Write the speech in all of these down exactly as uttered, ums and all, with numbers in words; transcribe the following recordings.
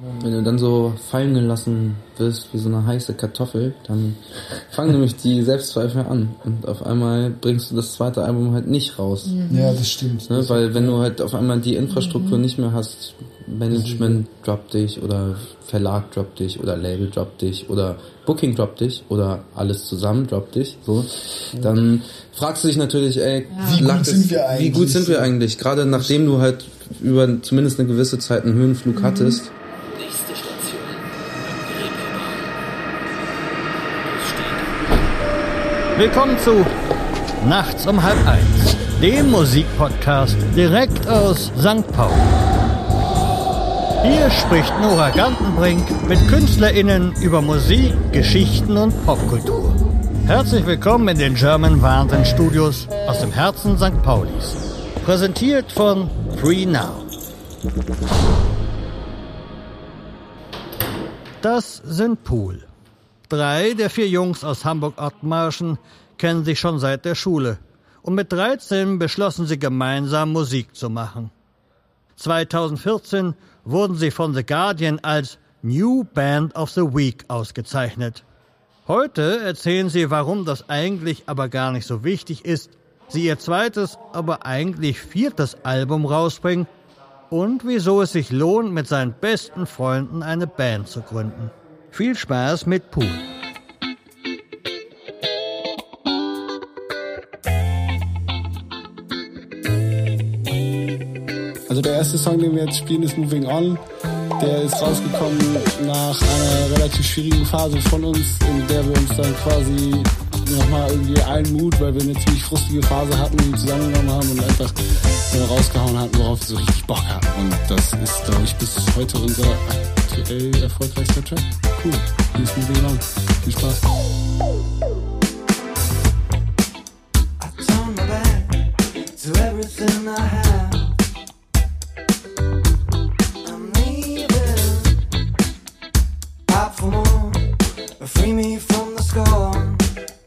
Wenn du dann so fallen gelassen wirst wie so eine heiße Kartoffel, dann fangen nämlich die Selbstzweifel an und auf einmal bringst du das zweite Album halt nicht raus. Ja, das stimmt. Ne? Weil wenn du halt auf einmal die Infrastruktur nicht mehr hast, Management droppt dich oder Verlag droppt dich oder Label droppt dich oder Booking droppt dich oder alles zusammen droppt dich, so, dann fragst du dich natürlich, ey, wie gut sind wir eigentlich? Wie gut sind wir eigentlich? Gerade nachdem du halt über zumindest eine gewisse Zeit einen Höhenflug mhm. hattest. Nächste Station. Willkommen zu Nachts um halb eins, dem Musikpodcast direkt aus Sankt Pauli. Hier spricht Nora Gantenbrink mit KünstlerInnen über Musik, Geschichten und Popkultur. Herzlich willkommen in den German Wahnsinn Studios aus dem Herzen Sankt Paulis. Präsentiert von Free Now. Das sind Pool. Drei der vier Jungs aus Hamburg-Ottmarschen kennen sich schon seit der Schule. Und mit dreizehn beschlossen sie gemeinsam Musik zu machen. zweitausendvierzehn wurden sie von The Guardian als New Band of the Week ausgezeichnet. Heute erzählen sie, warum das eigentlich aber gar nicht so wichtig ist, sie ihr zweites, aber eigentlich viertes Album rausbringen und wieso es sich lohnt, mit seinen besten Freunden eine Band zu gründen. Viel Spaß mit Pool. Also der erste Song, den wir jetzt spielen, ist Moving On. Der ist rausgekommen nach einer relativ schwierigen Phase von uns, in der wir uns dann quasi nochmal irgendwie allen Mut, weil wir eine ziemlich frustige Phase hatten, zusammengenommen haben und einfach äh, rausgehauen hatten, worauf wir so richtig Bock hatten. Und das ist, glaube ich, bis heute unser aktuell erfolgreichster Track. Cool. Hier ist Moving On. Viel Spaß. I turn my back to everything I have. Free me from the scorn.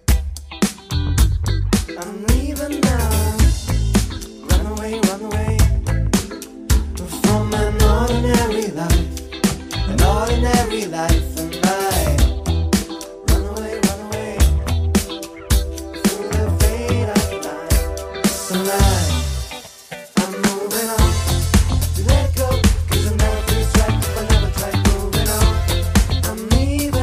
I'm leaving now. Run away, run away from an ordinary life, an ordinary life, and I run away, run away through the fade of night. Tonight I'm moving on to let go, 'cause I never feel right if I never try moving on. I'm leaving.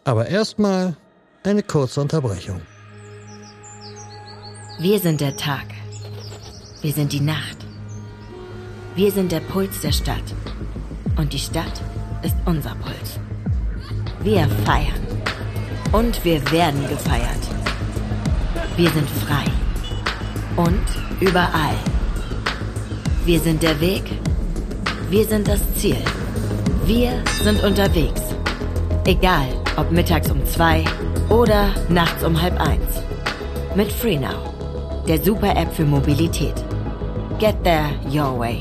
Aber erstmal eine kurze Unterbrechung. Wir sind der Tag. Wir sind die Nacht. Wir sind der Puls der Stadt. Und die Stadt ist unser Puls. Wir feiern. Und wir werden gefeiert. Wir sind frei. Und überall. Wir sind der Weg. Wir sind das Ziel. Wir sind unterwegs. Egal, ob mittags um zwei oder nachts um halb eins. Mit FreeNow, der Super-App für Mobilität. Get there your way.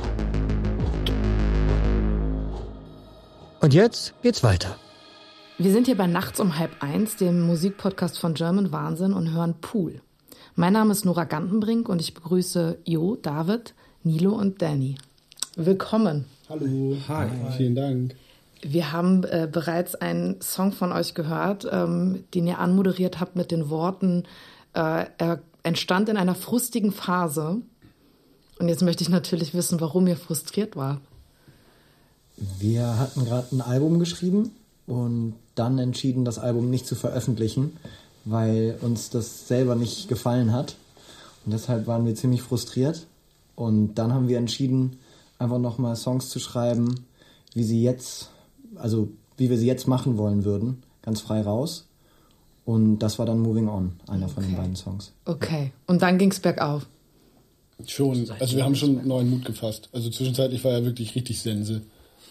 Und jetzt geht's weiter. Wir sind hier bei Nachts um halb eins, dem Musikpodcast von German Wahnsinn und hören Pool. Mein Name ist Nora Gantenbrink und ich begrüße Jo, David, Nilo und Danny. Willkommen. Hallo. Hi. Vielen Dank. Wir haben äh, bereits einen Song von euch gehört, ähm, den ihr anmoderiert habt mit den Worten, äh, er entstand in einer frustigen Phase. Und jetzt möchte ich natürlich wissen, warum ihr frustriert wart. Wir hatten gerade ein Album geschrieben und dann entschieden, das Album nicht zu veröffentlichen, weil uns das selber nicht gefallen hat. Und deshalb waren wir ziemlich frustriert. Und dann haben wir entschieden, einfach nochmal Songs zu schreiben, wie sie jetzt, also wie wir sie jetzt machen wollen würden, ganz frei raus. Und das war dann Moving On, einer okay. von den beiden Songs. Okay, und dann ging's bergauf? Schon, also wir haben schon neuen Mut gefasst. Also zwischenzeitlich war ja wirklich richtig Sense.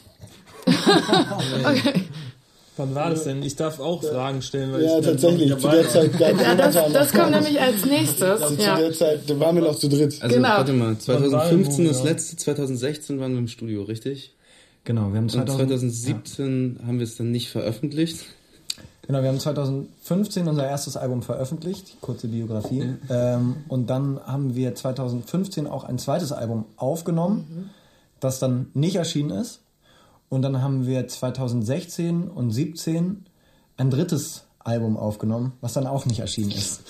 Okay. Wann war das denn? Ich darf auch Fragen stellen. Weil ja, ich tatsächlich. Zu der Zeit gab es ja, das, das kommt nämlich als nächstes. Also ja. Zu der Zeit, da waren wir noch zu dritt. Also genau. warte mal, zwanzig fünfzehn das letzte, zwanzig sechzehn waren wir im Studio, richtig? Genau, wir haben zweitausend, und zwanzig siebzehn ja. haben wir es dann nicht veröffentlicht. Genau, wir haben zwanzig fünfzehn unser erstes Album veröffentlicht, die kurze Biografie. Ja. Ähm, und dann haben wir zwanzig fünfzehn auch ein zweites Album aufgenommen, mhm. das dann nicht erschienen ist. Und dann haben wir zwanzig sechzehn und siebzehn ein drittes Album aufgenommen, was dann auch nicht erschienen ist.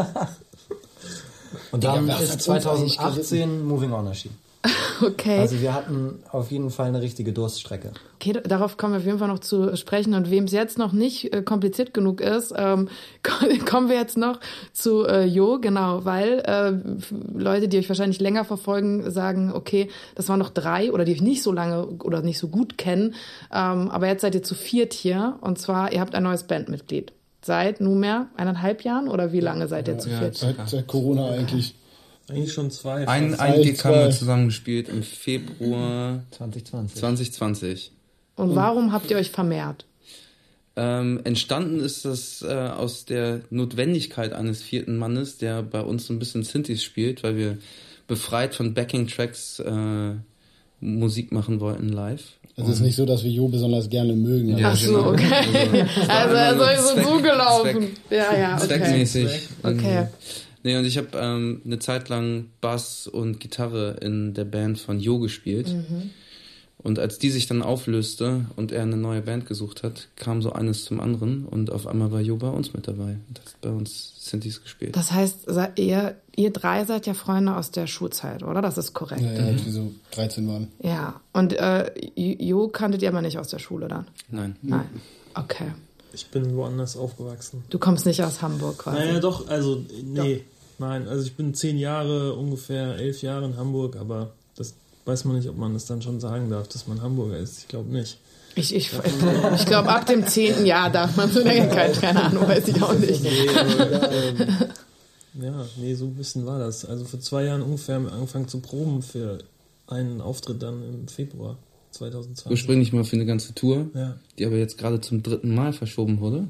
Und dann ja, ist zwanzig achtzehn Moving On erschienen. Okay. Also wir hatten auf jeden Fall eine richtige Durststrecke. Okay, darauf kommen wir auf jeden Fall noch zu sprechen. Und wem es jetzt noch nicht äh, kompliziert genug ist, ähm, kommen wir jetzt noch zu äh, Jo, genau, weil äh, Leute, die euch wahrscheinlich länger verfolgen, sagen, okay, das waren noch drei oder die euch nicht so lange oder nicht so gut kennen, ähm, aber jetzt seid ihr zu viert hier und zwar, ihr habt ein neues Bandmitglied. Seit nunmehr eineinhalb Jahren oder wie lange seid ihr ja, zu ja, viert? Seit, seit Corona eigentlich. Eigentlich schon zwei. Ein, ein Gig haben wir zusammen gespielt im Februar zwanzig zwanzig. zwanzig zwanzig. Und warum habt ihr euch vermehrt? Ähm, entstanden ist das äh, aus der Notwendigkeit eines vierten Mannes, der bei uns so ein bisschen Synthes spielt, weil wir befreit von Backing-Tracks äh, Musik machen wollten live. Also es ist nicht so, dass wir Jo besonders gerne mögen. Ja, Ach so, genau. okay. Also, also, also Zweck, so gelaufen. Zweck, ja, ja, okay. Zweckmäßig. Okay. Nee, und ich habe ähm, eine Zeit lang Bass und Gitarre in der Band von Jo gespielt. Mhm. Und als die sich dann auflöste und er eine neue Band gesucht hat, kam so eines zum anderen und auf einmal war Jo bei uns mit dabei und hat bei uns Synthes gespielt. Das heißt, ihr, ihr drei seid ja Freunde aus der Schulzeit, oder? Das ist korrekt. Ja, ja, als wir so dreizehn waren. Ja, und äh, Jo kanntet ihr aber nicht aus der Schule dann? Nein. Nein, okay. Ich bin woanders aufgewachsen. Du kommst nicht aus Hamburg quasi? Naja, doch, also, nee, doch. Nein, also ich bin zehn Jahre, ungefähr elf Jahre in Hamburg, aber das weiß man nicht, ob man das dann schon sagen darf, dass man Hamburger ist. Ich glaube nicht. Ich, ich, ich glaube, ab dem zehnten Jahr darf man so lange keine, keine Ahnung, weiß ich auch nicht. Nee, aber, ähm, ja, nee, so ein bisschen war das. Also vor zwei Jahren ungefähr haben wir angefangen zu proben für einen Auftritt dann im Februar zwanzig zwanzig. Ursprünglich mal für eine ganze Tour, ja. die aber jetzt gerade zum dritten Mal verschoben wurde.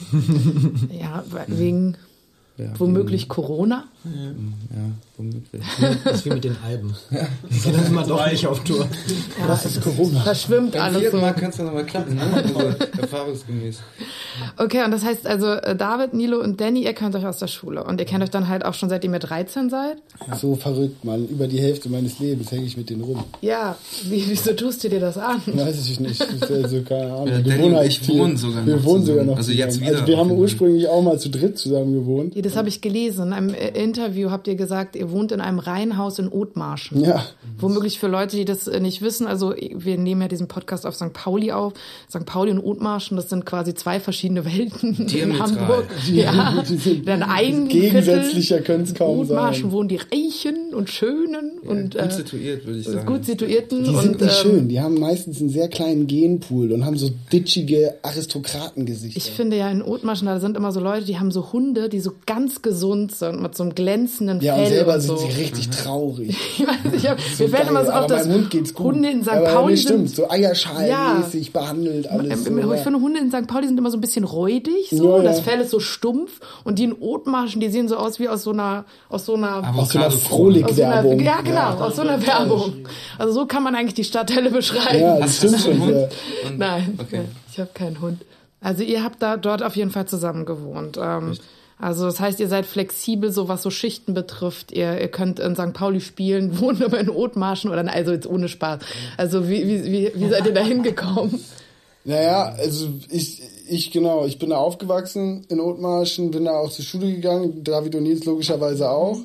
Ja, wegen... Ja, womöglich Corona? Ja, ja womöglich. Das ist wie mit den Alben. Das ist immer doch nicht auf Tour. Ja, das ist Corona. Das schwimmt Beim alles so. Mal kann es dann aber klappen, ne? Also, erfahrungsgemäß. Okay, und das heißt also, David, Nilo und Danny, ihr kennt euch aus der Schule. Und ihr kennt euch dann halt auch schon seitdem ihr dreizehn seid? So verrückt, Mann. Über die Hälfte meines Lebens hänge ich mit denen rum. Ja, wie, wieso tust du dir das an? Weiß ich nicht. Das ist also keine Ahnung. Ja, wir wohnen halt ich wohnen sogar noch Wir wohnen sogar noch Also jetzt wieder. Also wir haben ursprünglich auch mal zu dritt zusammen gewohnt. Ihr Das habe ich gelesen. In einem Interview habt ihr gesagt, ihr wohnt in einem Reihenhaus in Othmarschen. Ja. Womöglich für Leute, die das nicht wissen, also wir nehmen ja diesen Podcast auf Sankt Pauli auf. Sankt Pauli und Othmarschen, das sind quasi zwei verschiedene Welten in Hamburg. Ja, dann ein gegensätzlicher können es kaum sein. Othmarschen wohnen die Reichen und Schönen Ja, und gut äh, situiert, würde ich sagen. gut situierten. Die sind und, nicht ähm, schön. Die haben meistens einen sehr kleinen Genpool und haben so ditchige Aristokratengesichter. Ich finde ja in Othmarschen, da sind immer so Leute, die haben so Hunde, die so ganz gesund sind, mit so einem glänzenden ja, Fell und selber und sind so. sie richtig traurig. Ich weiß nicht, ich hab, mir fällt geil, immer so auf, aber dass meinem Hund geht's gut. Hunde in Sankt aber Pauli nee, stimmt, sind. so Eierschalen-mäßig behandelt, alles Ähm, so. Ich ja. finde, Hunde in Sankt Pauli sind immer so ein bisschen räudig, so. Ja, ja. Das Fell ist so stumpf und die in Othmarschen, die sehen so aus wie aus so einer, aus so einer, Aus so einer aus so einer, Frohlich-Werbung. ja genau, aus so einer Werbung. Also so kann man eigentlich die Stadtteile beschreiben. Ja, das stimmt schon. Ja. Nein, Okay. ich habe keinen Hund. Also ihr habt da dort auf jeden Fall zusammen gewohnt. Ähm, also das heißt, ihr seid flexibel, so was so Schichten betrifft. Ihr, ihr könnt in Sankt Pauli spielen, wohnt aber in Othmarschen oder also jetzt ohne Spaß. Also wie, wie, wie, wie seid ihr da hingekommen? Naja, also ich, ich genau, ich bin da aufgewachsen in Othmarschen, bin da auch zur Schule gegangen, David und Nils logischerweise auch.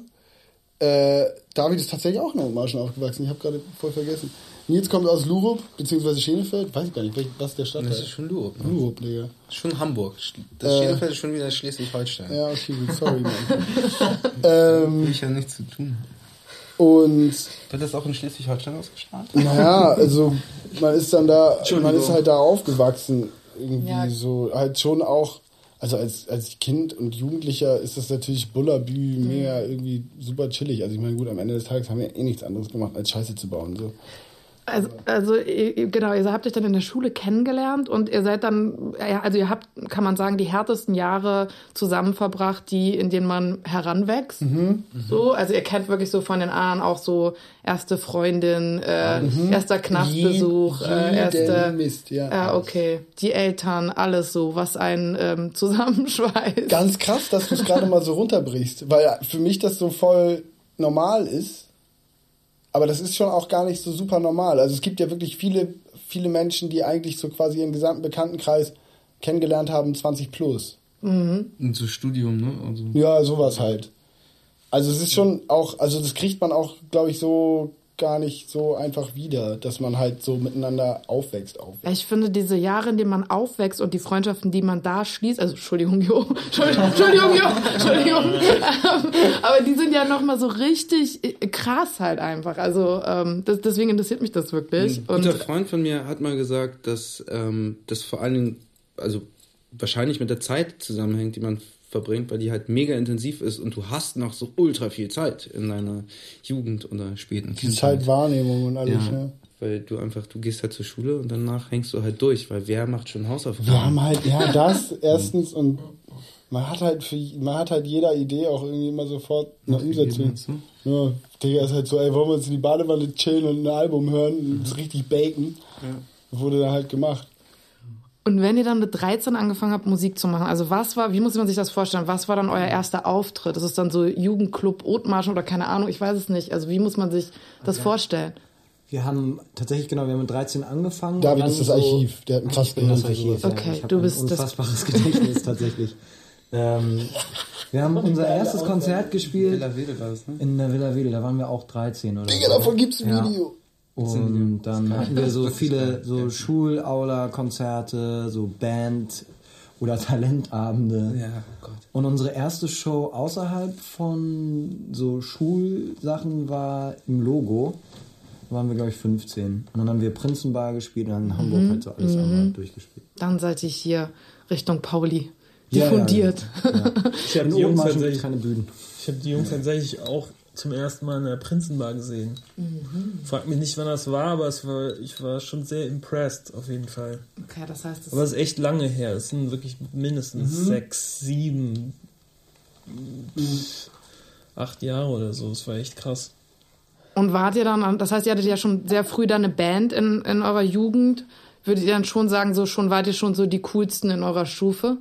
Äh, David ist tatsächlich auch in Othmarschen aufgewachsen, ich habe gerade voll vergessen. Nils kommt aus Lurup, beziehungsweise Schenefeld, weiß ich gar nicht, welch- was ist der Stadtteil? Das ist schon Lurup, ne? Lurup, Digga. Schon Hamburg. Das Äh. Schenefeld ist schon wieder Schleswig-Holstein. Ja, okay, gut, sorry, Mann. ähm, Will ich ja nichts zu tun. und Wird das auch in Schleswig-Holstein ausgestrahlt? naja, also man ist dann da, man Entschuldigung. ist halt da aufgewachsen, irgendwie Ja. so, halt schon auch, also als, als Kind und Jugendlicher ist das natürlich Bullabü, mega irgendwie super chillig. Also ich meine, gut, am Ende des Tages haben wir eh nichts anderes gemacht, als Scheiße zu bauen, so. Also, also ihr- genau, ihr habt euch dann in der Schule kennengelernt und ihr seid dann, ja, also ihr habt, kann man sagen, die härtesten Jahre zusammen verbracht, die, in denen man heranwächst. So, also ihr kennt wirklich so von den anderen auch so erste Freundin, äh, erster Knastbesuch, äh, erste, Mist, ja. ja, okay, die Eltern, alles so, was einen ähm, zusammenschweißt. Ganz krass, dass du es gerade mal so runterbrichst, weil für mich das so voll normal ist. Aber das ist schon auch gar nicht so super normal. Also es gibt ja wirklich viele, viele Menschen, die eigentlich so quasi ihren gesamten Bekanntenkreis kennengelernt haben, zwanzig plus. Und so Studium, ne? Also, Ja, sowas halt. Also es ist schon auch, also das kriegt man auch, glaube ich, so gar nicht so einfach wieder, dass man halt so miteinander aufwächst. aufwächst. Ich finde, diese Jahre, in denen man aufwächst und die Freundschaften, die man da schließt, also Entschuldigung, Jo, Entschuldigung, Entschuldigung, Jo, Entschuldigung, ähm, aber die sind ja nochmal so richtig äh, krass halt einfach. Also ähm, das, deswegen interessiert mich das wirklich. ein guter Und Freund von mir hat mal gesagt, dass ähm, das vor allen Dingen, also wahrscheinlich mit der Zeit zusammenhängt, die man verbringt, weil die halt mega intensiv ist und du hast noch so ultra viel Zeit in deiner Jugend oder späten Die Zeitwahrnehmung und alles, Ja, ne? weil du einfach, du gehst halt zur Schule und danach hängst du halt durch, weil wer macht schon Hausaufgaben? Wir haben halt, ja, das erstens und man hat halt für, man hat halt jeder Idee auch irgendwie immer sofort eine Umsetzung. Ja, Digga, ist halt so, ey, wollen wir uns in die Badewanne chillen und ein Album hören? Das ist richtig bacon. Wurde dann halt gemacht. Und wenn ihr dann mit dreizehn angefangen habt, Musik zu machen, also was war, wie muss man sich das vorstellen? Was war dann euer erster Auftritt? Ist es dann so Jugendclub, Othmarschen oder keine Ahnung? Ich weiß es nicht. Also wie muss man sich das vorstellen? Wir haben tatsächlich, genau, wir haben mit dreizehn angefangen. David und dann ist das so- Archiv, der hat ein Ich krasses bin das Gehirn für Archiv, sowas. ja. Okay, ich hab du ein bist das- unfassbares Gedächtnis tatsächlich. Ähm, wir haben unser erstes Konzert gespielt Villa Wedel war das, ne? in der Villa Wedel, da waren wir auch dreizehn oder Digga, so. davon gibt's ein Ja. Video. Und dann hatten wir so viele so Schulaula-Konzerte, so Band- oder Talentabende. Ja, Gott. Und unsere erste Show außerhalb von so Schulsachen war im Logo. Da waren wir, glaube ich, fünfzehn. Und dann haben wir Prinzenbar gespielt und dann in Hamburg halt so alles einmal durchgespielt. Dann seid ihr hier Richtung Pauli Ja, ja, diffundiert. Ja. Ich habe In die Jungs Othmarschen gibt tatsächlich, es keine Bühnen. ich habe die Jungs tatsächlich auch zum ersten Mal in der Prinzenbar gesehen. Frag mich nicht, wann das war, aber es war, ich war schon sehr impressed, auf jeden Fall. Okay, das heißt, es Aber es ist echt lange her. Es sind wirklich mindestens sechs, sieben, acht Jahre oder so. Es war echt krass. Und wart ihr dann, das heißt, ihr hattet ja schon sehr früh da eine Band in, in eurer Jugend. Würdet ihr dann schon sagen, so schon wart ihr schon so die coolsten in eurer Stufe?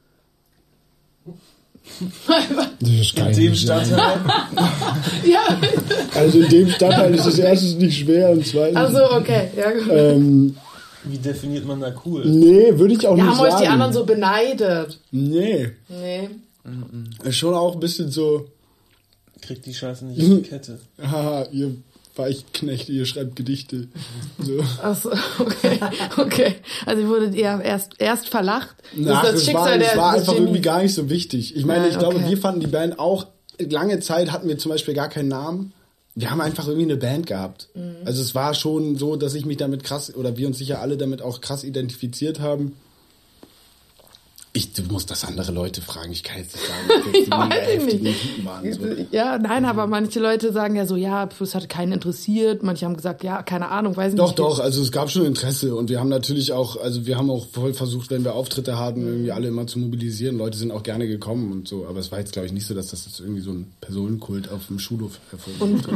Das ist In geil. dem Stadtteil. Ja, Also in dem Stadtteil ist das erstens nicht schwer und zweitens. also okay. Ja, gut. Ähm, Wie definiert man da cool? nee, würde ich auch Ja, nicht haben euch sagen. die anderen so beneidet? Nee. Nee. Ist schon auch ein bisschen so, Kriegt die Scheiße nicht in die Kette. haha, ihr Weichknechte, ihr schreibt Gedichte. So. Achso, okay, okay. Also wurdet ihr erst, erst verlacht. Na, das das, ist das war, das war einfach Genies. irgendwie gar nicht so wichtig. Ich meine, Ja, ich glaube, okay. wir fanden die Band auch, lange Zeit hatten wir zum Beispiel gar keinen Namen. Wir haben einfach irgendwie eine Band gehabt. Mhm. Also es war schon so, dass ich mich damit krass, oder wir uns sicher alle damit auch krass identifiziert haben. Ich, du musst das andere Leute fragen, ich kann jetzt nicht sagen, dass die Ja, mega weiß ich heftigen nicht. Typen waren. So. Ja, nein, aber manche Leute sagen ja so, ja, es hat keinen interessiert. Manche haben gesagt, ja, keine Ahnung, weiß Doch, nicht. doch, also es gab schon Interesse und wir haben natürlich auch, also wir haben auch voll versucht, wenn wir Auftritte hatten, irgendwie alle immer zu mobilisieren. Leute sind auch gerne gekommen und so, aber es war jetzt, glaube ich, nicht so, dass das jetzt irgendwie so ein Personenkult auf dem Schulhof hervorgeht.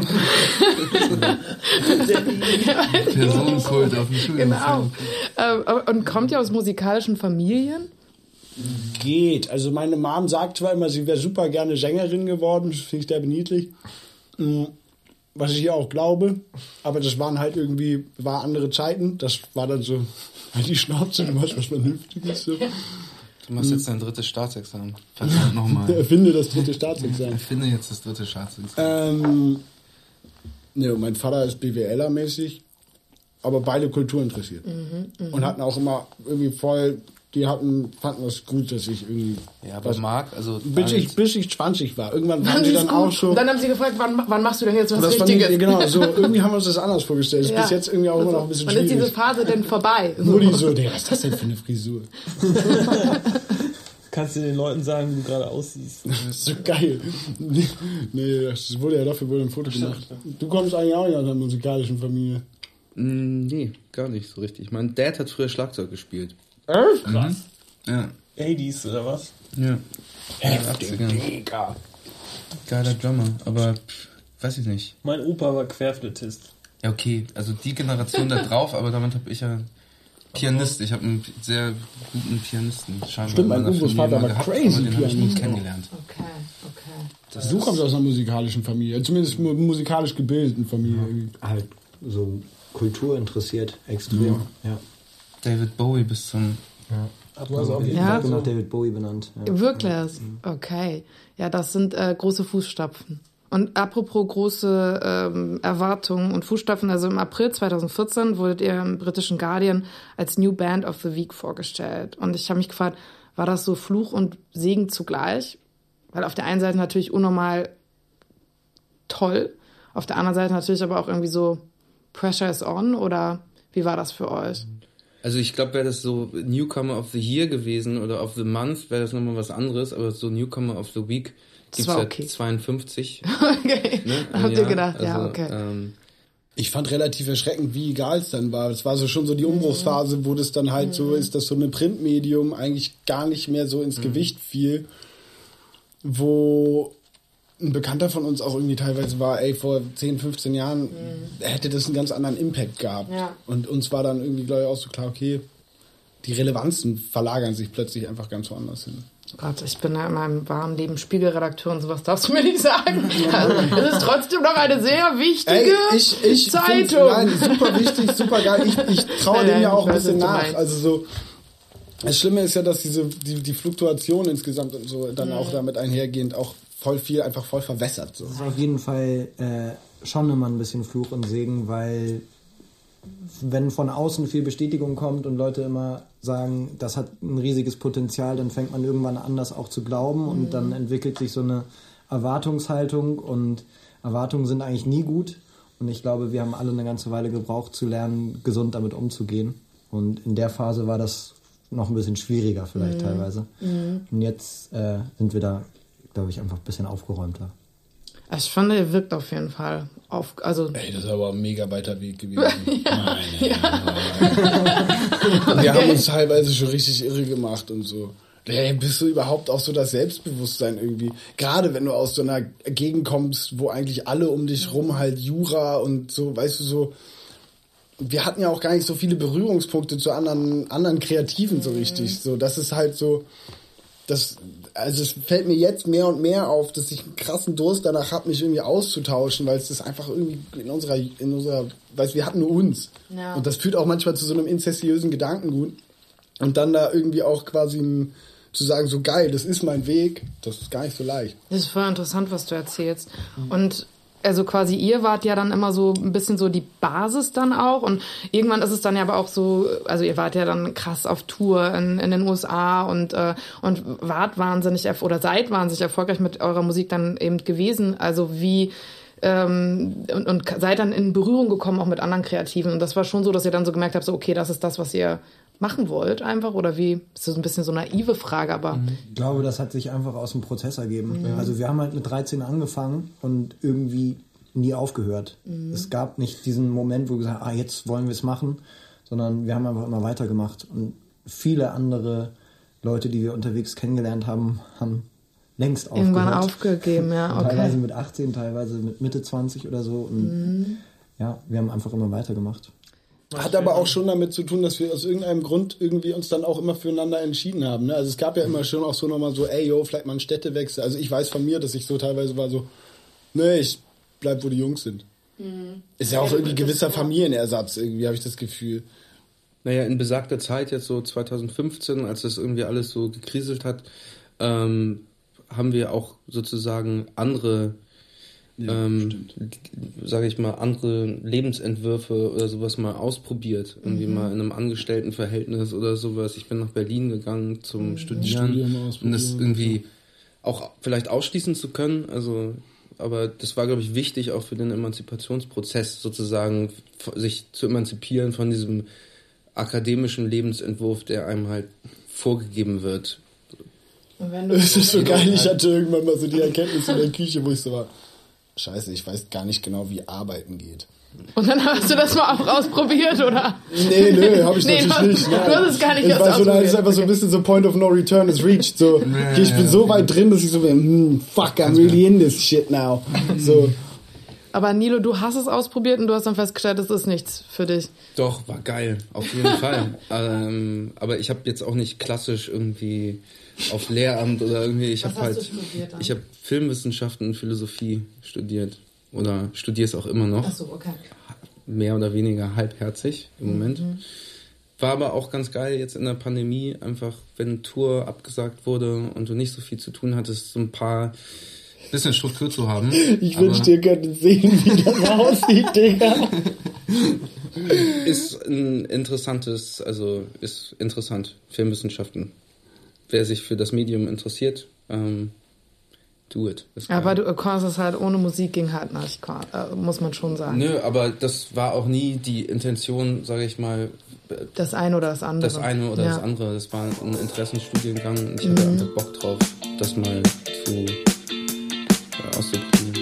Personenkult auf dem Schulhof. Genau. Ähm, und kommt ihr aus musikalischen Familien? Geht. Also meine Mom sagt zwar immer, sie wäre super gerne Sängerin geworden, das finde ich derbe niedlich. Mhm. Was ich ihr auch glaube, aber das waren halt irgendwie, war andere Zeiten, das war dann so, halt die Schnauze, du machst was Vernünftiges. So. Du machst jetzt dein drittes Staatsexamen. Verdammt nochmal. Erfinde das dritte Staatsexamen. Erfinde jetzt das dritte Staatsexamen. Ähm, ne, mein Vater ist BWLer-mäßig, aber beide Kultur interessiert. Mhm, Und hatten auch immer irgendwie voll, die hatten, fanden das gut, dass ich irgendwie... Ja, aber was- Marc, also... Bis ich, bis ich zwanzig war. Irgendwann waren Fanden die sie dann es auch gut? schon... Dann haben sie gefragt, wann, wann machst du denn jetzt was das fand ich, Richtiges? genau, so irgendwie haben wir uns das anders vorgestellt. Ist Ja. bis jetzt irgendwie auch immer noch ein bisschen Wann ist diese schwierig. Phase denn vorbei? Mutti so, der, was ist das denn für eine Frisur? Kannst du den Leuten sagen, wie du gerade aussiehst? Das ist so geil. Nee, das wurde ja dafür wohl ein Foto gemacht. Du kommst eigentlich auch nicht aus einer musikalischen Familie. Mm, nee, gar nicht so richtig. Mein Dad hat früher Schlagzeug gespielt. Echt? Krass. Ja. achtziger oder was? Ja. Heftig, achtzigern. Digga. Geiler Drummer, aber pff, weiß ich nicht. Mein Opa war Querflötist. Ja, okay, also die Generation da drauf, aber damit habe ich ja Pianist. Ich habe einen sehr guten Pianisten scheinbar Stimmt, mein in meiner Umbus Familie Vater mal war gehabt, crazy aber den habe ich nie Pianist. kennengelernt. Okay, okay. Du kommst aus einer musikalischen Familie, zumindest mu- musikalisch gebildeten Familie. irgendwie. Halt so Kultur interessiert, extrem. Ja. David Bowie bis zum... Du hast auf jeden Ja. Fall Ich bin so nach David Bowie benannt. Ja. Wirklich? Okay. Ja, das sind äh, große Fußstapfen. Und apropos große ähm, Erwartungen und Fußstapfen, also im April zwanzig vierzehn wurdet ihr im britischen Guardian als New Band of the Week vorgestellt. Und ich habe mich gefragt, war das so Fluch und Segen zugleich? Weil auf der einen Seite natürlich unnormal toll, auf der anderen Seite natürlich aber auch irgendwie so Pressure is on, oder wie war das für euch? Also ich glaube, wäre das so Newcomer of the Year gewesen oder of the Month, wäre das nochmal was anderes, aber so Newcomer of the Week Das gibt's war ja okay. zweiundfünfzig. Okay, Ne, im habt ihr Jahr. gedacht, ja, Also, okay. Ähm, Ich fand relativ erschreckend, wie egal es dann war. Es war so schon so die Umbruchsphase, wo das dann halt so ist, dass so ein Printmedium eigentlich gar nicht mehr so ins Gewicht fiel, wo ein Bekannter von uns auch irgendwie teilweise war, ey, vor zehn, fünfzehn Jahren hätte das einen ganz anderen Impact gehabt. Ja. Und uns war dann irgendwie, glaube ich, auch so klar, okay, die Relevanzen verlagern sich plötzlich einfach ganz woanders hin. Gott, ich bin ja in meinem wahren Leben Spiegelredakteur und sowas darfst du mir nicht sagen. Also, es ist trotzdem noch eine sehr wichtige Ey, ich, ich find's- Zeitung. Nein, super wichtig, super geil. Ich, ich traue Nein, dem nein, ja auch ich ein weiß, bisschen was du nach. meinst. Also so, das Schlimme ist ja, dass diese die, die Fluktuation insgesamt und so dann auch damit einhergehend auch voll viel einfach voll verwässert. So. Das ist auf jeden Fall äh, schon immer ein bisschen Fluch und Segen, weil wenn von außen viel Bestätigung kommt und Leute immer sagen, das hat ein riesiges Potenzial, dann fängt man irgendwann an, das auch zu glauben und dann entwickelt sich so eine Erwartungshaltung und Erwartungen sind eigentlich nie gut und ich glaube, wir haben alle eine ganze Weile gebraucht zu lernen, gesund damit umzugehen und in der Phase war das noch ein bisschen schwieriger vielleicht teilweise und jetzt äh, sind wir da, glaube ich, einfach ein bisschen aufgeräumter. Ich fand, er wirkt auf jeden Fall auf, also Ey, das ist aber ein mega weiter Weg gewesen. Meine Herren. Wir haben uns teilweise schon richtig irre gemacht und so. Hey, bist du überhaupt auch so das Selbstbewusstsein irgendwie? Gerade wenn du aus so einer Gegend kommst, wo eigentlich alle um dich rum halt Jura und so, weißt du, so. Wir hatten ja auch gar nicht so viele Berührungspunkte zu anderen, anderen Kreativen so richtig. So, das ist halt so, das, also es fällt mir jetzt mehr und mehr auf, dass ich einen krassen Durst danach habe, mich irgendwie auszutauschen, weil es das einfach irgendwie in unserer, in unserer, weißt, wir hatten nur uns. Ja. Und das führt auch manchmal zu so einem inzestiösen Gedankengut. Und dann da irgendwie auch quasi ein, zu sagen, so geil, das ist mein Weg, das ist gar nicht so leicht. Das ist voll interessant, was du erzählst. Und also quasi ihr wart ja dann immer so ein bisschen so die Basis dann auch und irgendwann ist es dann ja aber auch so, also ihr wart ja dann krass auf Tour in, in den U S A und äh, und wart wahnsinnig erf- oder seid wahnsinnig erfolgreich mit eurer Musik dann eben gewesen. Also wie ähm, und, und seid dann in Berührung gekommen auch mit anderen Kreativen und das war schon so, dass ihr dann so gemerkt habt, so okay, das ist das, was ihr machen wollt einfach oder wie? Das ist so ein bisschen so eine naive Frage, aber... Ich glaube, das hat sich einfach aus dem Prozess ergeben. Ja. Also wir haben halt mit dreizehn angefangen und irgendwie nie aufgehört. Mhm. Es gab nicht diesen Moment, wo wir gesagt haben, ah, jetzt wollen wir es machen, sondern wir haben einfach immer weitergemacht. Und viele andere Leute, die wir unterwegs kennengelernt haben, haben längst aufgehört. Irgendwann aufgegeben, ja, okay. Teilweise mit achtzehn, teilweise mit Mitte zwanzig oder so. Und mhm. ja, wir haben einfach immer weitergemacht. Hat aber auch schon damit zu tun, dass wir aus irgendeinem Grund irgendwie uns dann auch immer füreinander entschieden haben. Ne? Also es gab ja immer schon auch so nochmal so, ey, yo, vielleicht mal einen Städtewechsel. Also ich weiß von mir, dass ich so teilweise war so, nee, ich bleib, wo die Jungs sind. Mhm. Ist ja auch irgendwie gewisser Familienersatz, irgendwie habe ich das Gefühl. Naja, in besagter Zeit, jetzt so zwanzig fünfzehn, als das irgendwie alles so gekriselt hat, ähm, haben wir auch sozusagen andere... Ja, ähm, sage ich mal, andere Lebensentwürfe oder sowas mal ausprobiert. Irgendwie mhm. mal in einem Angestelltenverhältnis oder sowas. Ich bin nach Berlin gegangen zum mhm. Studieren, um das irgendwie auch vielleicht ausschließen zu können. Also, aber das war, glaube ich, wichtig auch für den Emanzipationsprozess sozusagen, sich zu emanzipieren von diesem akademischen Lebensentwurf, der einem halt vorgegeben wird. Es ist so geil, ich hatte irgendwann mal so die Erkenntnis in der Küche, wo ich so war, Scheiße, ich weiß gar nicht genau, wie Arbeiten geht. Und dann hast du das mal auch ausprobiert, oder? Nee, nee, hab ich nee, natürlich du, nicht. Nein. Du hast es gar nicht ich weiß, so, da ist einfach okay. so ein bisschen so Point of No Return is reached. So, okay, ich bin so weit drin, dass ich so bin, hm, fuck, I'm really in this shit now. So. Aber Nilo, du hast es ausprobiert und du hast dann festgestellt, das ist nichts für dich. Doch, war geil, auf jeden Fall. Ähm, aber ich habe jetzt auch nicht klassisch irgendwie auf Lehramt oder irgendwie, ich habe halt, ich habe Filmwissenschaften und Philosophie studiert oder studiere es auch immer noch. Ach so, okay. Mehr oder weniger halbherzig im Moment. Mhm. War aber auch ganz geil jetzt in der Pandemie, einfach wenn Tour abgesagt wurde und du nicht so viel zu tun hattest, so ein paar bisschen Struktur zu haben. Ich wünschte, ihr könntet sehen, wie das aussieht, Digga. Ist ein interessantes, also ist interessant, Filmwissenschaften. Wer sich für das Medium interessiert, ähm, do it. Aber du kannst es halt ohne Musik ging halt nicht, muss man schon sagen. Nö, aber das war auch nie die Intention, sage ich mal. Das eine oder das andere. Das eine oder ja. das andere. Das war ein Interessenstudiengang und ich hatte mhm. einfach Bock drauf, das mal zu äh, auszuprobieren.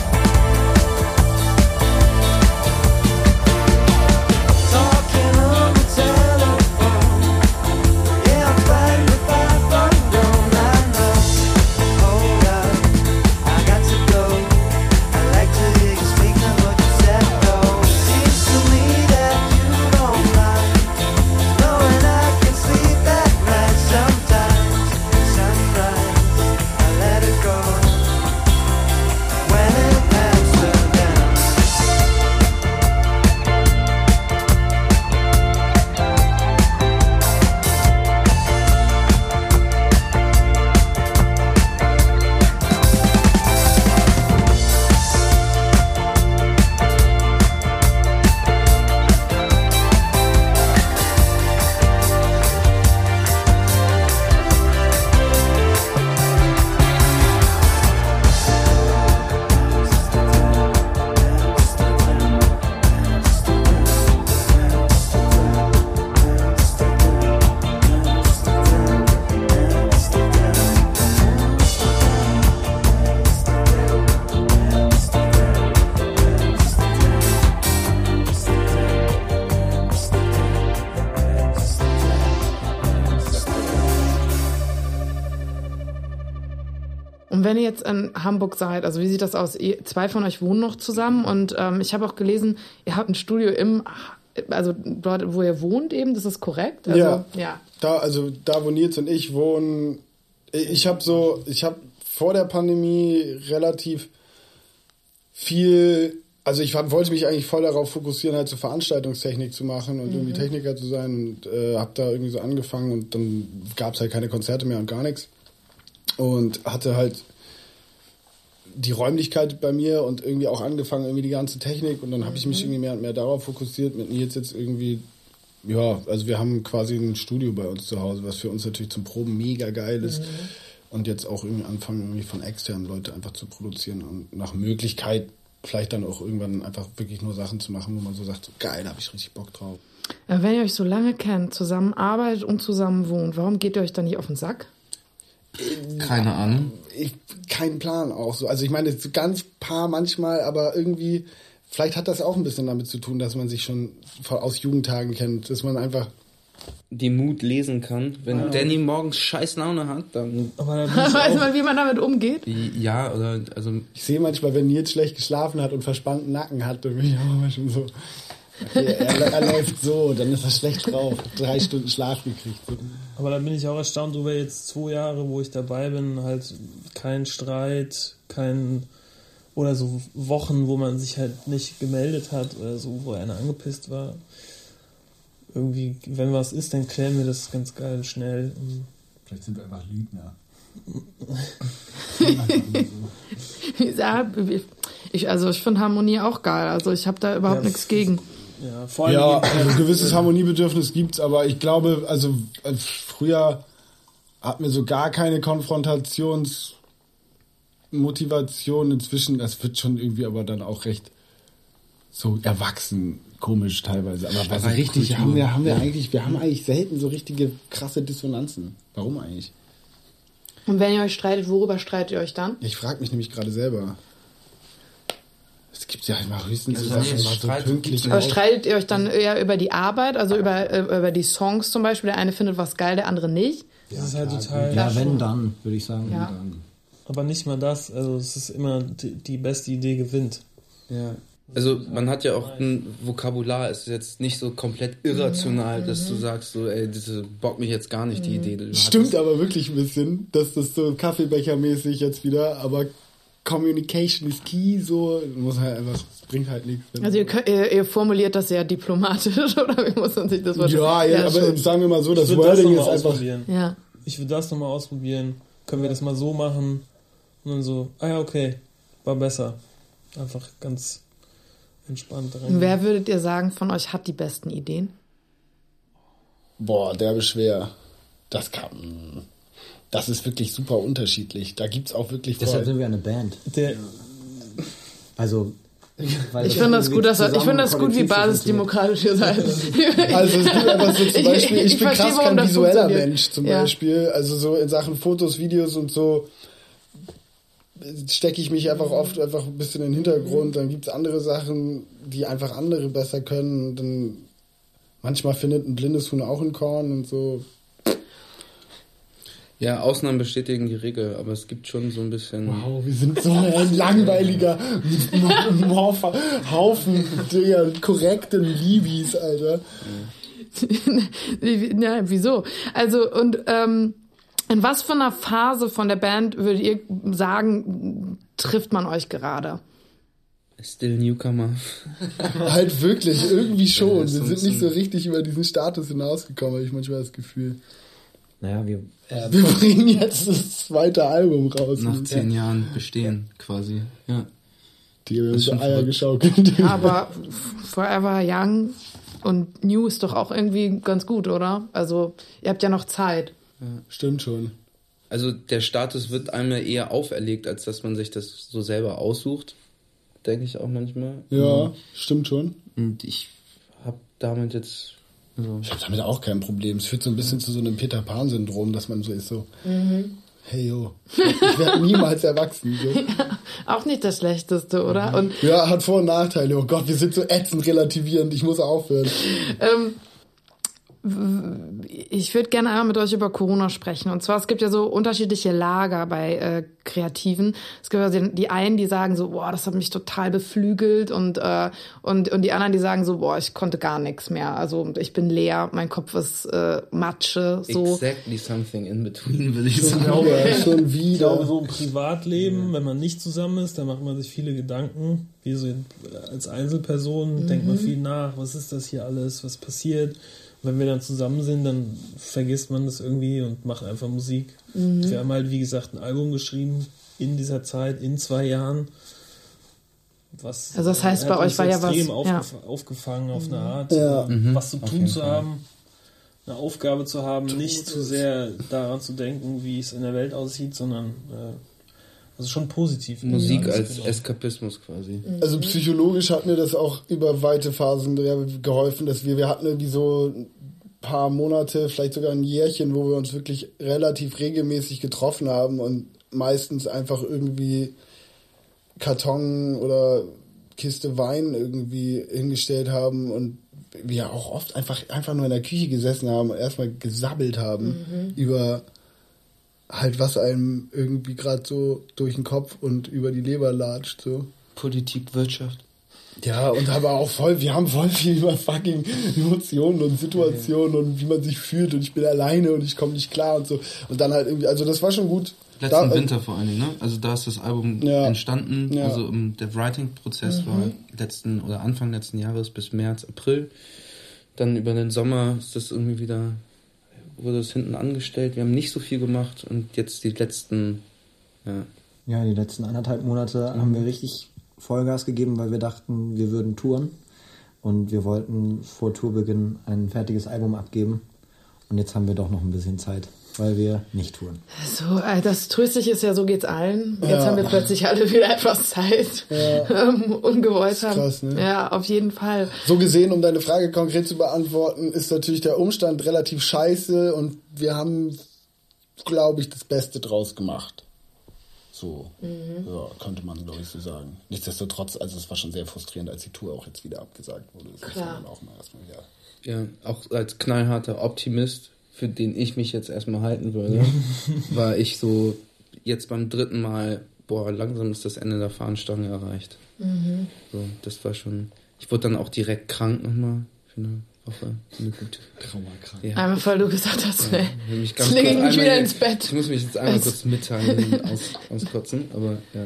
Talking Und wenn ihr jetzt in Hamburg seid, also wie sieht das aus? Ihr, zwei von euch wohnen noch zusammen und ähm, ich habe auch gelesen, ihr habt ein Studio im, also dort, wo ihr wohnt eben, das ist korrekt? Also, ja. ja. Da, also da, wo Nils und ich wohnen, ich habe so, ich habe vor der Pandemie relativ viel, also ich hab, wollte mich eigentlich voll darauf fokussieren, halt so Veranstaltungstechnik zu machen und mhm. irgendwie Techniker zu sein und äh, habe da irgendwie so angefangen und dann gab es halt keine Konzerte mehr und gar nichts. Und hatte halt die Räumlichkeit bei mir und irgendwie auch angefangen, irgendwie die ganze Technik. Und dann habe ich mich irgendwie mehr und mehr darauf fokussiert. Mit Nils jetzt irgendwie, ja, also wir haben quasi ein Studio bei uns zu Hause, was für uns natürlich zum Proben mega geil ist. Mhm. Und jetzt auch irgendwie anfangen, irgendwie von externen Leute einfach zu produzieren und nach Möglichkeit vielleicht dann auch irgendwann einfach wirklich nur Sachen zu machen, wo man so sagt, so geil, da habe ich richtig Bock drauf. Ja, wenn ihr euch so lange kennt, zusammen arbeitet und zusammen wohnt, warum geht ihr euch dann nicht auf den Sack? Keine Ahnung. Ich, kein Plan auch so. Also ich meine, so ganz paar manchmal, aber irgendwie, vielleicht hat das auch ein bisschen damit zu tun, dass man sich schon aus Jugendtagen kennt, dass man einfach die Mut lesen kann. Wenn ja. Danny morgens scheiß Laune hat, dann... Aber dann weiß man, wie man damit umgeht? Ja, oder... also ich sehe manchmal, wenn Nils schlecht geschlafen hat und verspannten Nacken hat, dann bin ich auch immer schon so... Okay, er, er läuft so, dann ist er schlecht drauf. Drei Stunden Schlaf gekriegt. Aber da bin ich auch erstaunt über jetzt zwei Jahre, wo ich dabei bin, halt kein Streit, kein oder so Wochen, wo man sich halt nicht gemeldet hat oder so, wo einer angepisst war. Irgendwie, wenn was ist, dann klären wir das ganz geil schnell. Vielleicht sind wir einfach Lügner. Ja, ich, also ich finde Harmonie auch geil. Also ich habe da überhaupt ja, nichts gegen. Ja, vor allem ja, also ein gewisses Harmoniebedürfnis gibt's, aber ich glaube, also früher hatten wir so gar keine Konfrontationsmotivation. Inzwischen, das wird schon irgendwie aber dann auch recht so erwachsen, komisch teilweise. Aber, aber so richtig Kultur. haben wir, haben wir eigentlich, wir haben eigentlich selten so richtige krasse Dissonanzen. Warum eigentlich? Und wenn ihr euch streitet, worüber streitet ihr euch dann? Ich frage mich nämlich gerade selber. Es gibt ja immer höchstens also Sachen, mal so pünktlich. Aber streitet ihr euch dann eher über die Arbeit, also über, über die Songs zum Beispiel? Der eine findet was geil, der andere nicht? Das ist halt total... Ja, wenn dann, würde ich sagen. Ja. Dann. Aber nicht mal das. Also es ist immer die, die beste Idee gewinnt. Ja. Also man hat ja auch ein Vokabular, es ist jetzt nicht so komplett irrational, mhm. dass du sagst, so, ey, das bockt mich jetzt gar nicht, die Idee. Die Stimmt aber wirklich ein bisschen, dass das so Kaffeebechermäßig jetzt wieder, aber Communication is key, so, muss halt einfach, das bringt halt nichts. Also ihr, ihr, ihr formuliert das sehr diplomatisch, oder wie muss man sich das vorstellen? Ja, ja, ja aber schon. Sagen wir mal so, das Wording das ist einfach... Ja. Ich würde das nochmal ausprobieren, können wir das mal so machen und dann so, ah ja, okay, war besser. Einfach ganz... entspannt rein. Wer würdet ihr sagen, von euch hat die besten Ideen? Boah, derbe schwer. Das kann... Das ist wirklich super unterschiedlich. Da gibt's auch wirklich... Deshalb sind wir eine Band. Der, also... Weil ich finde das gut, dass ich finde das gut, wie basisdemokratisch ihr seid. Also es gibt einfach so zum Beispiel, ich, ich, ich bin krass kein visueller Mensch zum ja. Beispiel. Also so in Sachen Fotos, Videos und so stecke ich mich einfach oft einfach ein bisschen in den Hintergrund. Dann gibt's andere Sachen, die einfach andere besser können. Dann manchmal findet ein blindes Huhn auch ein Korn und so. Ja, Ausnahmen bestätigen die Regel, aber es gibt schon so ein bisschen... Wow, wir sind so ein langweiliger Haufen der korrekten Libis, Alter. Ja, wieso? Also, und ähm, in was für einer Phase von der Band würdet ihr sagen, trifft man euch gerade? Still Newcomer. Halt wirklich, irgendwie schon. Ja, wir sind nicht so richtig über diesen Status hinausgekommen, habe ich manchmal das Gefühl. Naja, wir... Äh, wir bringen jetzt das zweite Album raus. Nach zehn ja. Jahren bestehen, quasi. Ja. Die haben uns Eier geschaukelt. Aber Forever Young und New ist doch auch irgendwie ganz gut, oder? Also, ihr habt ja noch Zeit. Ja, stimmt schon. Also, der Status wird einem eher auferlegt, als dass man sich das so selber aussucht. Denke ich auch manchmal. Ja, mhm. Stimmt schon. Und ich habe damit jetzt... Also ich habe damit auch kein Problem. Es führt so ein bisschen zu so einem Peter-Pan-Syndrom, dass man so ist so, mhm. hey yo, ich werde niemals erwachsen. So. Ja, auch nicht das Schlechteste, oder? Mhm. Und ja, hat Vor- und Nachteile. Oh Gott, wir sind so ätzend relativierend. Ich muss aufhören. Ähm, Ich würde gerne einmal mit euch über Corona sprechen. Und zwar, es gibt ja so unterschiedliche Lager bei äh, Kreativen. Es gibt also die einen, die sagen so, boah, das hat mich total beflügelt. Und, äh, und, und die anderen, die sagen so, boah, ich konnte gar nichts mehr. Also ich bin leer, mein Kopf ist äh, Matsche. So. Exactly something in between, würde ich sagen. Ja, schon Ich wieder. glaube, so im Privatleben, wenn man nicht zusammen ist, da macht man sich viele Gedanken. Wie so als Einzelperson denkt man viel nach. Was ist das hier alles? Was passiert? Wenn wir dann zusammen sind, dann vergisst man das irgendwie und macht einfach Musik. Mhm. Wir haben halt, wie gesagt, ein Album geschrieben in dieser Zeit, in zwei Jahren. Was, also das heißt, äh, bei hat euch uns war ja extrem was aufgef- ja. aufgefangen auf eine Art, Ja. äh, Mhm. was zu Auf tun jeden zu Fall. haben, eine Aufgabe zu haben, nicht zu sehr daran zu denken, wie es in der Welt aussieht, sondern äh, also schon positiv. Musik alles als genommen. Eskapismus quasi. Also psychologisch hat mir das auch über weite Phasen geholfen, dass wir, wir hatten irgendwie so ein paar Monate, vielleicht sogar ein Jährchen, wo wir uns wirklich relativ regelmäßig getroffen haben und meistens einfach irgendwie Karton oder Kiste Wein irgendwie hingestellt haben und wir auch oft einfach, einfach nur in der Küche gesessen haben und erstmal gesabbelt haben mhm. über halt, was einem irgendwie gerade so durch den Kopf und über die Leber latscht, so. Politik, Wirtschaft. Ja, und aber auch voll, wir haben voll viel über fucking Emotionen und Situationen und wie man sich fühlt und ich bin alleine und ich komme nicht klar und so. Und dann halt irgendwie, also das war schon gut. Letzten da, Winter vor allen Dingen, ne? Also da ist das Album ja. entstanden. Ja. Also um, der Writing-Prozess mhm. war letzten oder Anfang letzten Jahres bis März, April. Dann über den Sommer ist das irgendwie wieder, wurde das hinten angestellt. Wir haben nicht so viel gemacht und jetzt die letzten, ja. Ja, die letzten anderthalb Monate mhm. haben wir richtig Vollgas gegeben, weil wir dachten, wir würden touren und wir wollten vor Tourbeginn ein fertiges Album abgeben und jetzt haben wir doch noch ein bisschen Zeit, weil wir nicht touren. So, äh, das Tröstliche ist ja, so geht's allen. Jetzt Ja. haben wir plötzlich alle wieder etwas Zeit, Ja. ähm, ungewollt haben. Krass, ne? Ja, auf jeden Fall. So gesehen, um deine Frage konkret zu beantworten, ist natürlich der Umstand relativ scheiße und wir haben, glaube ich, das Beste draus gemacht. So, mhm. ja, könnte man, glaube ich, so sagen. Nichtsdestotrotz, also es war schon sehr frustrierend, als die Tour auch jetzt wieder abgesagt wurde. Das muss man auch mal erstmal wieder. Ja, auch als knallharter Optimist, für den ich mich jetzt erstmal halten würde, war ich so jetzt beim dritten Mal, boah, langsam ist das Ende der Fahnenstange erreicht. Mhm. So, das war schon, ich wurde dann auch direkt krank nochmal für eine Woche. Eine gute, Traumakrank. Ja. Einmal, weil du gesagt hast, ja, ne, mich jetzt lege ich mich wieder ins Bett. Ich muss mich jetzt einmal es kurz mitteilen, aus, auskotzen, aber ja.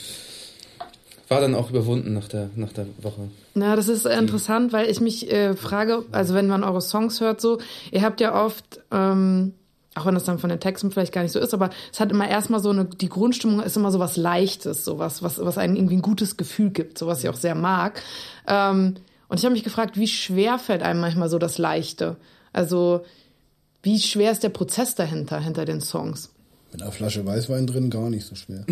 War dann auch überwunden nach der, nach der Woche. Na, das ist äh, interessant, weil ich mich äh, frage, also wenn man eure Songs hört so, ihr habt ja oft, ähm, auch wenn das dann von den Texten vielleicht gar nicht so ist, aber es hat immer erstmal so eine, die Grundstimmung ist immer so was Leichtes, so was, was, was einem irgendwie ein gutes Gefühl gibt, so was ich auch sehr mag. Ähm, und ich habe mich gefragt, wie schwer fällt einem manchmal so das Leichte? Also, wie schwer ist der Prozess dahinter, hinter den Songs? Mit einer Flasche Weißwein drin gar nicht so schwer.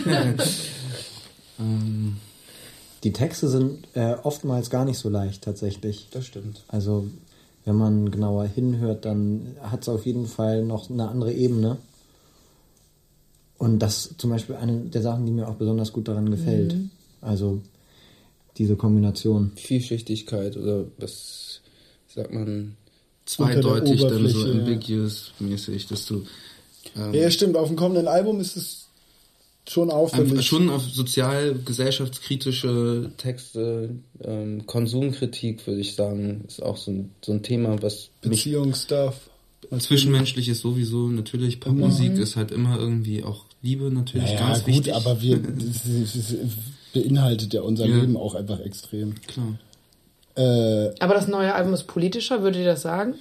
Die Texte sind äh, oftmals gar nicht so leicht, tatsächlich. Das stimmt. Also, wenn man genauer hinhört, dann hat es auf jeden Fall noch eine andere Ebene. Und das ist zum Beispiel eine der Sachen, die mir auch besonders gut daran gefällt. Mhm. Also, diese Kombination. Vielschichtigkeit oder was sagt man, zweideutig, dann so ja. ambiguous mäßig, dass du ähm, ja, stimmt, auf dem kommenden Album ist es schon auffällig. Schon auf sozial, gesellschaftskritische Texte, ähm, Konsumkritik, würde ich sagen, ist auch so ein, so ein Thema, was Beziehungsstuff. Zwischenmenschlich ist sowieso, natürlich, Popmusik mhm. ist halt immer irgendwie auch Liebe natürlich ja, ganz gut, wichtig. aber wir, das, das beinhaltet ja unser ja. Leben auch einfach extrem. Klar. Äh, aber das neue Album ist politischer, würdet ihr das sagen?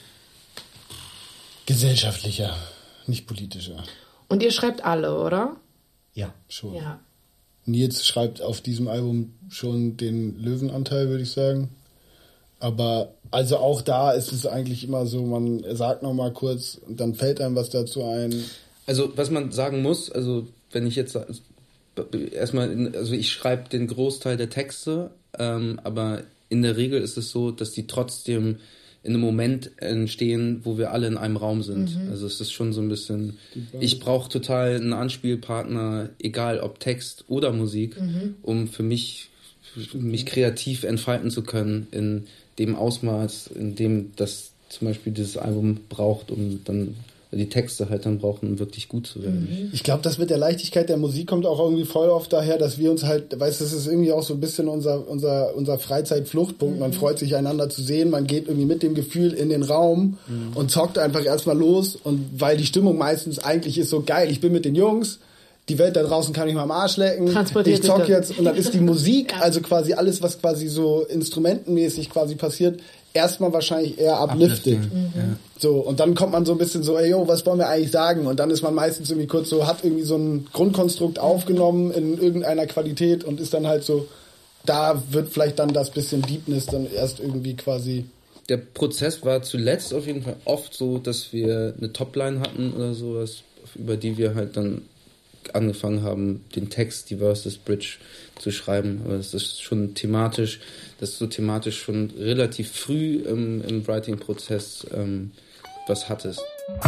Gesellschaftlicher, nicht politischer. Und ihr schreibt alle, oder? Ja, schon. Ja. Nils schreibt auf diesem Album schon den Löwenanteil, würde ich sagen. Aber also auch da ist es eigentlich immer so, man sagt noch mal kurz und dann fällt einem was dazu ein. Also was man sagen muss, also wenn ich jetzt erstmal, also ich schreibe den Großteil der Texte, ähm, aber in der Regel ist es so, dass die trotzdem in einem Moment entstehen, wo wir alle in einem Raum sind. Mhm. Also es ist schon so ein bisschen, ich brauche total einen Anspielpartner, egal ob Text oder Musik, mhm. um für mich, für mich kreativ entfalten zu können in dem Ausmaß, in dem das zum Beispiel dieses Album braucht, um dann die Texte halt dann brauchen, um wirklich gut zu werden. Ich glaube, das mit der Leichtigkeit der Musik kommt auch irgendwie voll oft daher, dass wir uns halt, weißt du, das ist irgendwie auch so ein bisschen unser, unser, unser Freizeitfluchtpunkt. Mhm. Man freut sich, einander zu sehen, man geht irgendwie mit dem Gefühl in den Raum mhm. und zockt einfach erstmal los. Und weil die Stimmung meistens eigentlich ist so geil, ich bin mit den Jungs, die Welt da draußen kann ich mal am Arsch lecken, ich zock jetzt und dann ist die Musik, ja. also quasi alles, was quasi so instrumentenmäßig quasi passiert, erstmal wahrscheinlich eher uplifting. Mhm. Ja. So, und dann kommt man so ein bisschen so, ey, yo, was wollen wir eigentlich sagen? Und dann ist man meistens irgendwie kurz so, hat irgendwie so ein Grundkonstrukt aufgenommen in irgendeiner Qualität und ist dann halt so, da wird vielleicht dann das bisschen Deepness dann erst irgendwie quasi... Der Prozess war zuletzt auf jeden Fall oft so, dass wir eine Topline hatten oder sowas, über die wir halt dann angefangen haben, den Text, die Verses, Bridge zu schreiben. Aber das ist schon thematisch, das ist so thematisch schon relativ früh im, im Writing-Prozess ähm, was hattest.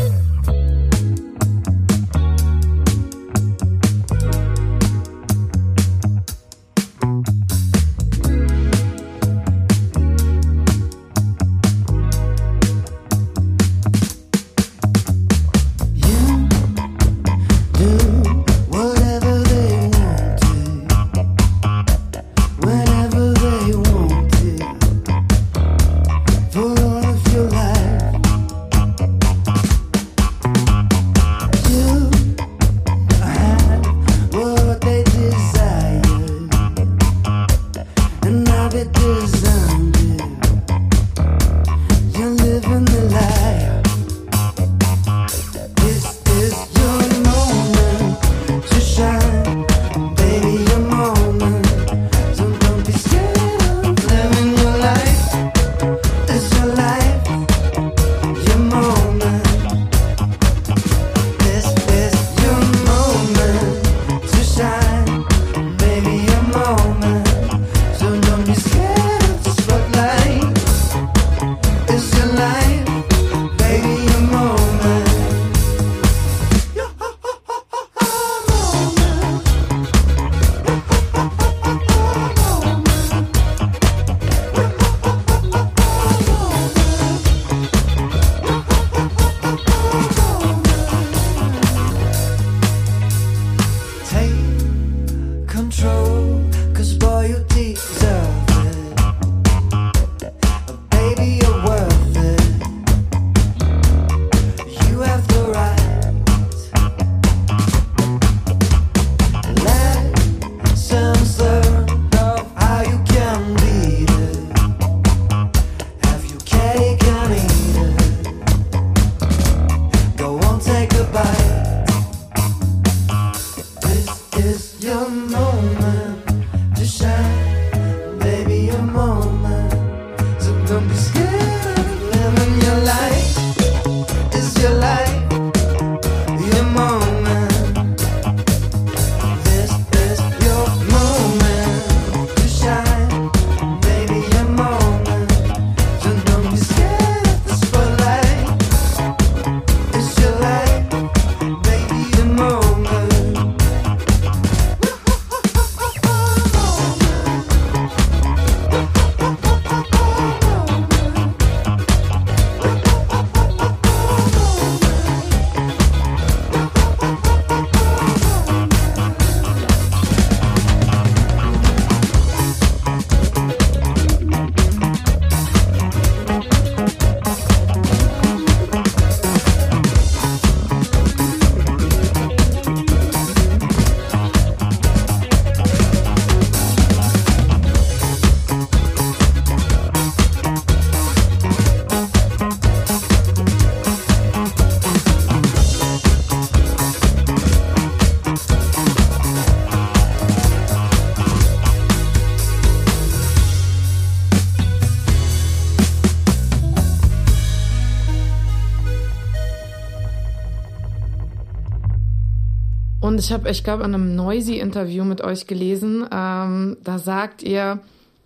Und ich habe, ich glaube, in einem Noisy-Interview mit euch gelesen, ähm, da sagt ihr,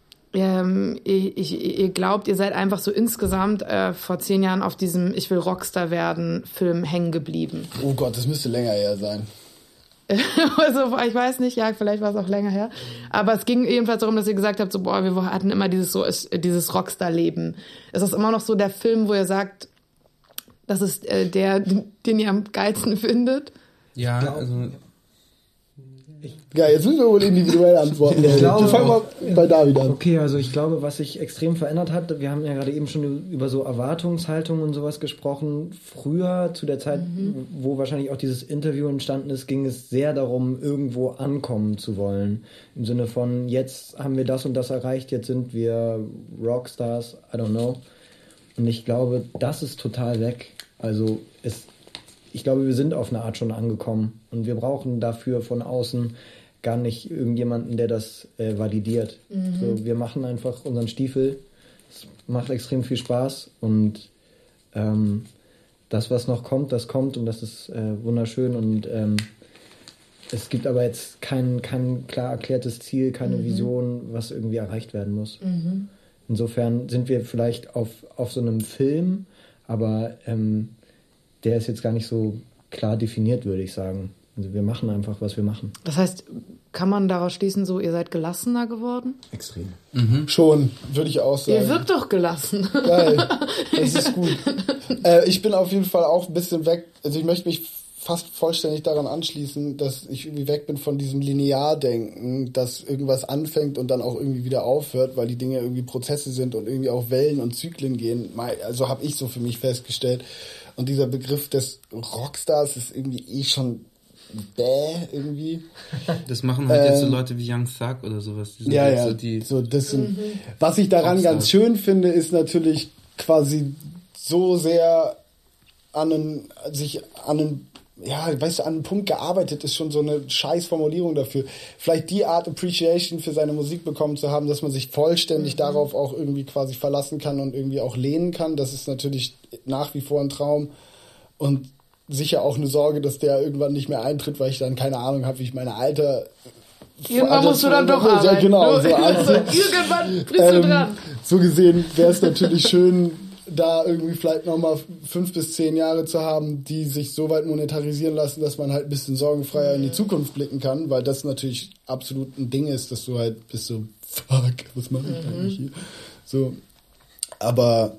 ähm, ihr, ihr, ihr glaubt, ihr seid einfach so insgesamt äh, vor zehn Jahren auf diesem Ich will Rockstar werden Film hängen geblieben. Oh Gott, das müsste länger her sein. Also, ich weiß nicht, ja, vielleicht war es auch länger her. Aber es ging jedenfalls darum, dass ihr gesagt habt, so, boah, wir hatten immer dieses so, dieses Rockstar-Leben. Ist das immer noch so der Film, wo ihr sagt, das ist äh, der, den ihr am geilsten findet? Ja, also... Ja, jetzt müssen wir wohl individuell antworten. Ich glaube, Fangen wir bei David an. Okay, also ich glaube, was sich extrem verändert hat, wir haben ja gerade eben schon über so Erwartungshaltung und sowas gesprochen. Früher, zu der Zeit, mhm. wo wahrscheinlich auch dieses Interview entstanden ist, ging es sehr darum, irgendwo ankommen zu wollen. Im Sinne von, jetzt haben wir das und das erreicht, jetzt sind wir Rockstars, I don't know. Und ich glaube, das ist total weg. Also es Ich glaube, wir sind auf eine Art schon angekommen und wir brauchen dafür von außen gar nicht irgendjemanden, der das äh, validiert. Mhm. So, wir machen einfach unseren Stiefel. Es macht extrem viel Spaß und ähm, das, was noch kommt, das kommt und das ist äh, wunderschön und ähm, es gibt aber jetzt kein, kein klar erklärtes Ziel, keine mhm. Vision, was irgendwie erreicht werden muss. Mhm. Insofern sind wir vielleicht auf, auf so einem Film, aber ähm, der ist jetzt gar nicht so klar definiert, würde ich sagen. Also wir machen einfach, was wir machen. Das heißt, kann man daraus schließen, so ihr seid gelassener geworden? Extrem. Mhm. Schon, würde ich auch sagen. Ihr wirkt doch gelassen. Geil, das ist gut. äh, ich bin auf jeden Fall auch ein bisschen weg, also ich möchte mich fast vollständig daran anschließen, dass ich irgendwie weg bin von diesem Lineardenken, dass irgendwas anfängt und dann auch irgendwie wieder aufhört, weil die Dinge irgendwie Prozesse sind und irgendwie auch Wellen und Zyklen gehen. Also habe ich so für mich festgestellt. Und dieser Begriff des Rockstars ist irgendwie eh schon bäh irgendwie. Das machen halt ähm, jetzt so Leute wie Young Thug oder sowas. Die sind ja, jetzt ja. So die so, das sind, mhm. Was ich daran Rockstars. Ganz schön finde, ist natürlich quasi so sehr an einen, sich an einen, ja, weißt du, an einen Punkt gearbeitet ist schon so eine scheiß Formulierung dafür. Vielleicht die Art Appreciation für seine Musik bekommen zu haben, dass man sich vollständig mhm. darauf auch irgendwie quasi verlassen kann und irgendwie auch lehnen kann. Das ist natürlich nach wie vor ein Traum und sicher auch eine Sorge, dass der irgendwann nicht mehr eintritt, weil ich dann keine Ahnung habe, wie ich meine Alter... Irgendwann musst du dann doch arbeiten. Ja, genau. So, also, irgendwann bist ähm, du dran. So gesehen wäre es natürlich schön, da irgendwie vielleicht nochmal fünf bis zehn Jahre zu haben, die sich so weit monetarisieren lassen, dass man halt ein bisschen sorgenfreier mhm. in die Zukunft blicken kann, weil das natürlich absolut ein Ding ist, dass du halt bist so, fuck, was mache ich mhm. eigentlich hier? So, aber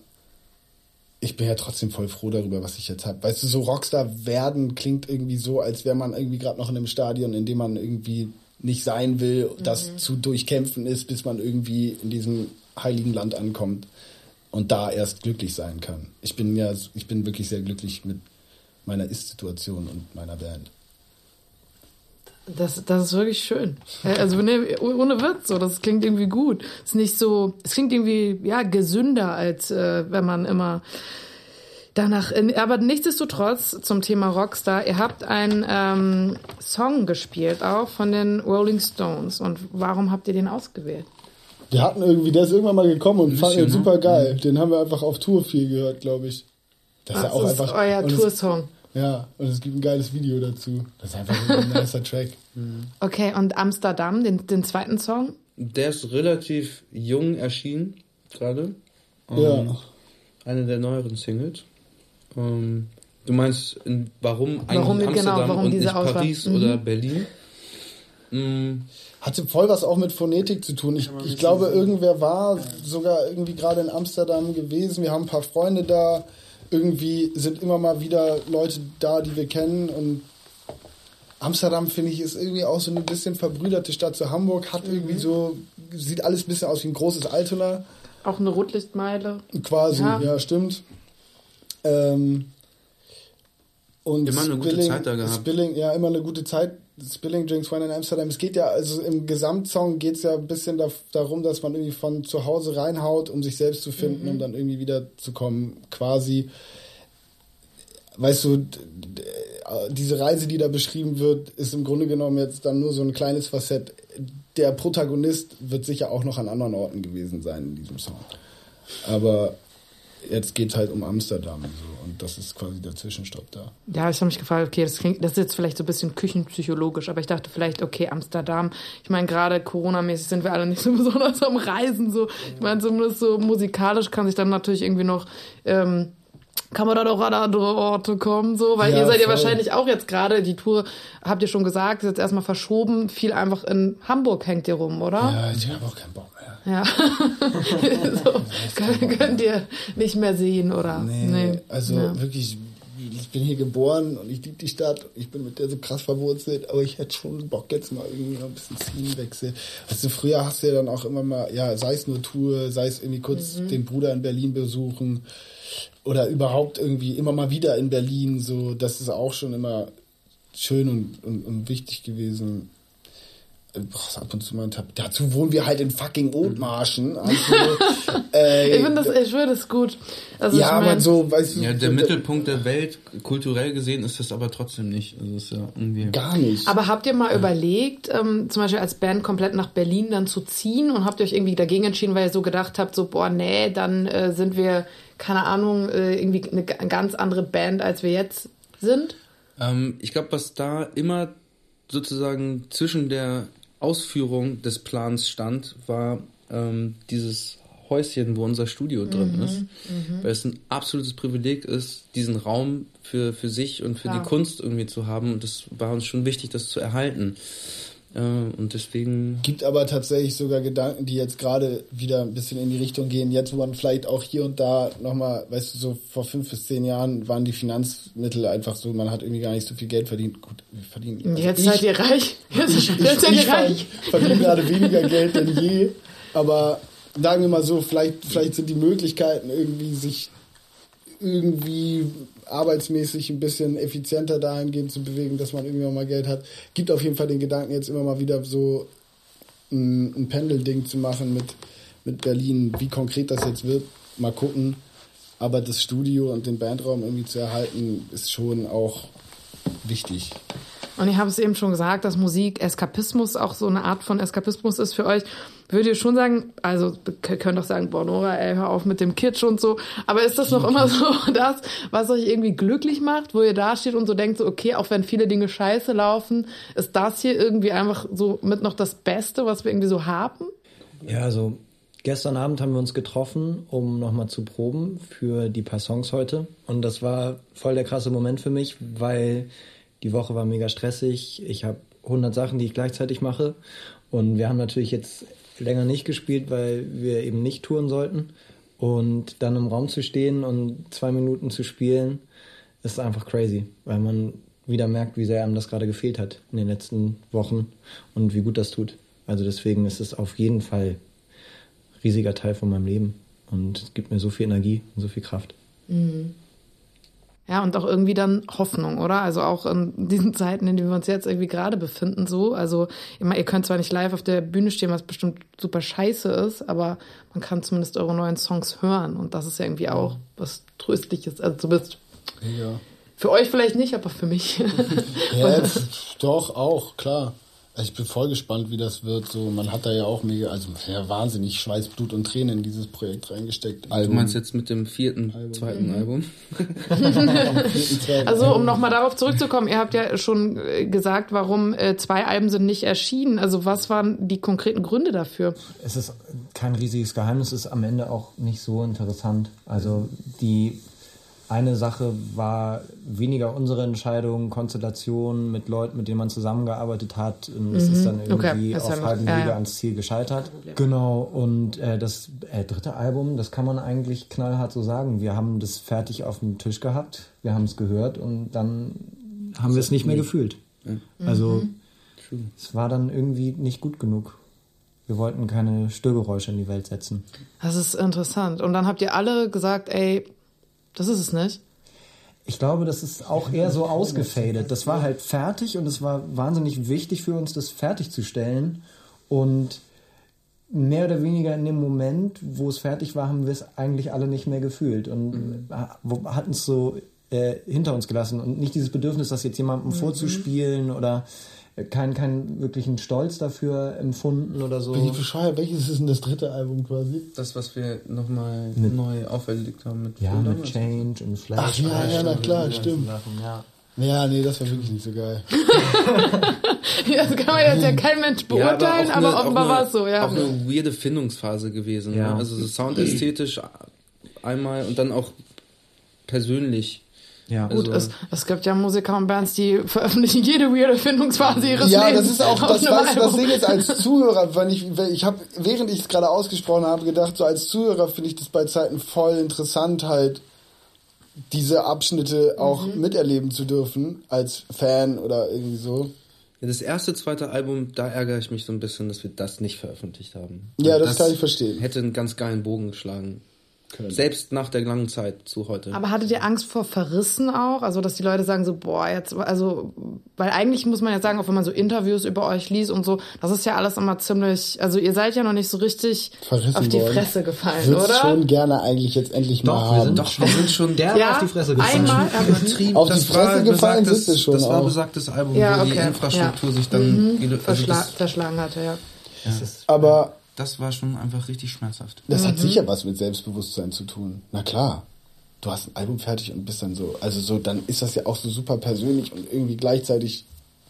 ich bin ja trotzdem voll froh darüber, was ich jetzt habe. Weißt du, so Rockstar werden klingt irgendwie so, als wäre man irgendwie gerade noch in einem Stadion, in dem man irgendwie nicht sein will, das mhm. zu durchkämpfen ist, bis man irgendwie in diesem heiligen Land ankommt. Und da erst glücklich sein kann. Ich bin ja, ich bin wirklich sehr glücklich mit meiner Ist-Situation und meiner Band. Das, das ist wirklich schön. Also ne, ohne Witz, so, das klingt irgendwie gut. Es ist nicht so, es klingt irgendwie ja gesünder, als äh, wenn man immer danach. Aber nichtsdestotrotz zum Thema Rockstar. Ihr habt einen ähm, Song gespielt auch von den Rolling Stones. Und warum habt ihr den ausgewählt? Wir hatten irgendwie, der ist irgendwann mal gekommen und fand ihn super geil. Mhm. Den haben wir einfach auf Tour viel gehört, glaube ich. Das ist ja auch das einfach. Ist euer Tour-Song. Ja, und es gibt ein geiles Video dazu. Das ist einfach ein nicer Track. Okay, und Amsterdam, den, den zweiten Song? Der ist relativ jung erschienen, gerade. Um, ja. Eine der neueren Singles. Um, du meinst, in, warum eigentlich warum, Amsterdam genau, warum und diese nicht Auswahl? Paris mhm. oder Berlin? Mm. Hatte voll was auch mit Phonetik zu tun. Ich, ich glaube, irgendwer war sogar irgendwie gerade in Amsterdam gewesen. Wir haben ein paar Freunde da. Irgendwie sind immer mal wieder Leute da, die wir kennen. Und Amsterdam, finde ich, ist irgendwie auch so eine bisschen verbrüderte Stadt zu Hamburg. Hat irgendwie so, sieht alles ein bisschen aus wie ein großes Altona. Auch eine Rotlichtmeile. Quasi, ja, ja stimmt. Ähm, und immer eine gute Zeit da gehabt. Spilling, ja, immer eine gute Zeit. Spilling Drinks Wine in Amsterdam. Es geht ja, also im Gesamtsong geht es ja ein bisschen da, darum, dass man irgendwie von zu Hause reinhaut, um sich selbst zu finden, mhm. um dann irgendwie wieder zu kommen, quasi. Weißt du, diese Reise, die da beschrieben wird, ist im Grunde genommen jetzt dann nur so ein kleines Facett. Der Protagonist wird sicher auch noch an anderen Orten gewesen sein in diesem Song. Aber jetzt geht es halt um Amsterdam so, und das ist quasi der Zwischenstopp da. Ja, ich habe mich gefragt, okay, das klingt, das ist jetzt vielleicht so ein bisschen küchenpsychologisch, aber ich dachte vielleicht, okay, Amsterdam, ich meine, gerade Corona-mäßig sind wir alle nicht so besonders am Reisen, so. Ich meine, zumindest so musikalisch kann sich dann natürlich irgendwie noch ähm, kann man da doch an andere Orte kommen, so, weil Ja, ihr seid ja voll. wahrscheinlich auch jetzt gerade, die Tour, habt ihr schon gesagt, ist jetzt erstmal verschoben, viel einfach in Hamburg hängt ihr rum, oder? Ja, ich habe auch keinen Bock mehr. Ja. So, könnt, könnt ihr nicht mehr sehen, oder? Nee, also Ja. wirklich, ich bin hier geboren und ich liebe die Stadt. Ich bin mit der so krass verwurzelt, aber ich hätte schon Bock jetzt mal irgendwie noch ein bisschen Szenenwechsel. Weißt du, früher hast du ja dann auch immer mal, ja, sei es nur Tour, sei es irgendwie kurz Mhm. den Bruder in Berlin besuchen oder überhaupt irgendwie immer mal wieder in Berlin, so, das ist auch schon immer schön und, und, und wichtig gewesen. Boah, ab und zu mal ein Tab. Dazu wohnen wir halt in fucking Othmarschen. Also, äh, Ich finde das, ich finde das gut. Also ja, ich mein, aber so, weißt du, Ja, der so- Mittelpunkt der Welt, kulturell gesehen, ist das aber trotzdem nicht. Also ist ja irgendwie. gar nicht. Aber habt ihr mal überlegt, ähm, zum Beispiel als Band komplett nach Berlin dann zu ziehen und habt ihr euch irgendwie dagegen entschieden, weil ihr so gedacht habt, so, boah, nee, dann äh, sind wir, keine Ahnung, äh, irgendwie eine g- ganz andere Band, als wir jetzt sind? Ähm, ich glaube, was da immer sozusagen zwischen der Ausführung des Plans stand, war ähm, dieses Häuschen, wo unser Studio drin ist. Weil es ein absolutes Privileg ist, diesen Raum für, für sich und für Ja. die Kunst irgendwie zu haben. Und das war uns schon wichtig, das zu erhalten. Äh, und deswegen... Gibt aber tatsächlich sogar Gedanken, die jetzt gerade wieder ein bisschen in die Richtung gehen. Jetzt, wo man vielleicht auch hier und da nochmal, weißt du, so vor fünf bis zehn Jahren waren die Finanzmittel einfach so, man hat irgendwie gar nicht so viel Geld verdient. Gut, wir verdienen. also Jetzt ich, seid ihr reich. Jetzt, Ich, ich, jetzt seid ich ihr reich. verdiene gerade weniger Geld denn je. Aber sagen wir mal so, vielleicht, vielleicht sind die Möglichkeiten irgendwie sich irgendwie arbeitsmäßig ein bisschen effizienter dahingehend zu bewegen, dass man irgendwie auch mal Geld hat. Gibt auf jeden Fall den Gedanken, jetzt immer mal wieder so ein, ein Pendelding zu machen mit, mit Berlin. Wie konkret das jetzt wird, mal gucken. Aber das Studio und den Bandraum irgendwie zu erhalten, ist schon auch wichtig. Und ich habe es eben schon gesagt, dass Musik Eskapismus auch so eine Art von Eskapismus ist für euch. Würdet ihr schon sagen, also ihr könnt doch sagen, boah, Nora, ey, hör auf mit dem Kitsch und so. Aber ist das noch immer so das, was euch irgendwie glücklich macht, wo ihr da steht und so denkt, so okay, auch wenn viele Dinge scheiße laufen, ist das hier irgendwie einfach so mit noch das Beste, was wir irgendwie so haben? Ja, also gestern Abend haben wir uns getroffen, um nochmal zu proben für die paar Songs heute. Und das war voll der krasse Moment für mich, weil die Woche war mega stressig. Ich habe hundert Sachen, die ich gleichzeitig mache. Und wir haben natürlich jetzt länger nicht gespielt, weil wir eben nicht touren sollten. Und dann im Raum zu stehen und zwei Minuten zu spielen, ist einfach crazy, weil man wieder merkt, wie sehr einem das gerade gefehlt hat in den letzten Wochen und wie gut das tut. Also deswegen ist es auf jeden Fall ein riesiger Teil von meinem Leben. Und es gibt mir so viel Energie und so viel Kraft. Mhm. Ja, und auch irgendwie dann Hoffnung, oder? Also auch in diesen Zeiten, in denen wir uns jetzt irgendwie gerade befinden, so. Also, ich meine, ihr könnt zwar nicht live auf der Bühne stehen, was bestimmt super scheiße ist, aber man kann zumindest eure neuen Songs hören. Und das ist ja irgendwie auch was Tröstliches. Also zumindest Ja. für euch vielleicht nicht, aber für mich. Ja, doch, auch, klar. Ich bin voll gespannt, wie das wird. So, man hat da ja auch mega, also ja, wahnsinnig Schweiß, Blut und Tränen in dieses Projekt reingesteckt. Du meinst jetzt mit dem vierten, zweiten Album? Also, um nochmal darauf zurückzukommen, ihr habt ja schon äh, gesagt, warum äh, zwei Alben sind nicht erschienen. Also, was waren die konkreten Gründe dafür? Es ist kein riesiges Geheimnis, es ist am Ende auch nicht so interessant. Also die eine Sache war weniger unsere Entscheidung, Konstellation mit Leuten, mit denen man zusammengearbeitet hat. Und das Mhm. ist dann irgendwie Okay, das ist auf ja noch- halbem ja, Wege ja. ans Ziel gescheitert. Genau, und äh, das äh, dritte Album, das kann man eigentlich knallhart so sagen. Wir haben das fertig auf dem Tisch gehabt, wir haben es gehört und dann haben wir es nicht mehr gefühlt. Also Mhm. es war dann irgendwie nicht gut genug. Wir wollten keine Störgeräusche in die Welt setzen. Das ist interessant. Und dann habt ihr alle gesagt, ey, das ist es nicht. Ich glaube, das ist auch eher so ausgefadet. Das war halt fertig und es war wahnsinnig wichtig für uns, das fertigzustellen. Und mehr oder weniger in dem Moment, wo es fertig war, haben wir es eigentlich alle nicht mehr gefühlt und mhm. hatten es so äh, hinter uns gelassen und nicht dieses Bedürfnis, das jetzt jemandem Mhm. vorzuspielen oder keinen kein wirklichen Stolz dafür empfunden oder so. Bin ich bescheuert? Welches ist denn das dritte Album quasi? Das, was wir nochmal Mit- neu auferlegt haben mit Ja, Bruder. mit Change und Flash. Ach ja, ja, na klar, Die ganzen stimmt. Sachen, ja. Ja, nee, das war wirklich nicht so geil. Das kann man jetzt ja kein Mensch beurteilen, auch aber, eine- offenbar auch war eine- es so, ja. Auch eine weirde Findungsphase gewesen. Ja. Ne? Also so soundästhetisch einmal und dann auch persönlich. Ja. Gut, Also- es, es gibt ja Musiker und Bands, die veröffentlichen jede weirde Findungsphase ihres Ja, Lebens. das ist auch, auf das, einem weißt du, das Album. Ding ist als Zuhörer, wenn ich, wenn ich habe, während ich es gerade ausgesprochen habe, gedacht, so als Zuhörer finde ich das bei Zeiten voll interessant, halt diese Abschnitte auch Mhm. miterleben zu dürfen, als Fan oder irgendwie so. Ja, das erste, zweite Album, da ärgere ich mich so ein bisschen, dass wir das nicht veröffentlicht haben. Ja, das kann ich verstehen. Hätte einen ganz geilen Bogen geschlagen können. Selbst nach der langen Zeit zu heute. Aber hattet ihr Angst vor Verrissen auch? Also, dass die Leute sagen so, boah, jetzt, also, weil eigentlich muss man ja sagen, auch wenn man so Interviews über euch liest und so, das ist ja alles immer ziemlich, also ihr seid ja noch nicht so richtig Verrissen auf die worden. Fresse gefallen, Ich würde oder? schon gerne eigentlich jetzt endlich mal Doch, wir haben. sind Doch, wir sind schon der Ja, auf die Fresse gefallen. einmal, aber übertrieben. Auf die Das Fresse war gefallen besagtes- sind wir schon Das war auch. besagtes Album, Ja, wo die okay, Infrastruktur ja. sich dann... Mhm. Also Verschla das, verschlagen hatte, ja. Aber das war schon einfach richtig schmerzhaft. das Mhm. hat sicher was mit Selbstbewusstsein zu tun. Na klar. Du hast ein Album fertig und bist dann so, also so, dann ist das ja auch so super persönlich und irgendwie gleichzeitig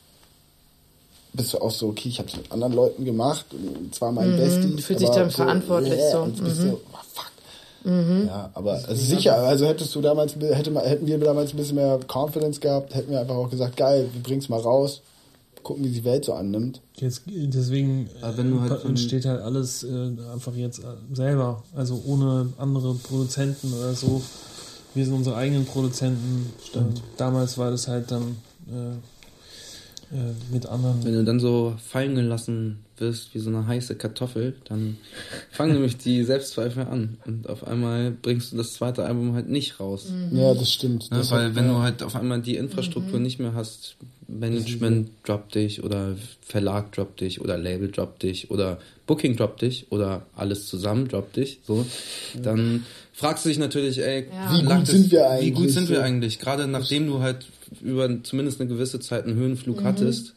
bist du auch so, okay, ich habe es mit anderen Leuten gemacht und zwar mein Mhm. Besties. Fühlt sich aber dann verantwortlich so. Und du bist Mhm. so, oh, fuck. Ja, aber also sicher, also hättest du damals, hätte, mal- hätten wir damals ein bisschen mehr Confidence gehabt, hätten wir einfach auch gesagt, geil, wir bringen's mal raus, gucken, wie die Welt so annimmt. Jetzt, deswegen Aber wenn du halt äh, entsteht halt alles äh, einfach jetzt äh, selber, also ohne andere Produzenten oder so. Wir sind unsere eigenen Produzenten. Stimmt. Damals war das halt dann äh, äh, mit anderen. Wenn du dann so fallen gelassen wirst wie so eine heiße Kartoffel, dann fangen nämlich die Selbstzweifel an. Und auf einmal bringst du das zweite Album halt nicht raus. Ja, das stimmt. Ne, Das weil hat- wenn ja. du halt auf einmal die Infrastruktur nicht mehr hast, Management droppt dich oder Verlag droppt dich oder Label droppt dich oder Booking droppt dich oder alles zusammen droppt dich, so, dann fragst du dich natürlich, ey, Ja. Wie gut lag sind wir Wie gut eigentlich sind wir so? eigentlich? Gerade nachdem du halt über zumindest eine gewisse Zeit einen Höhenflug Mhm. hattest,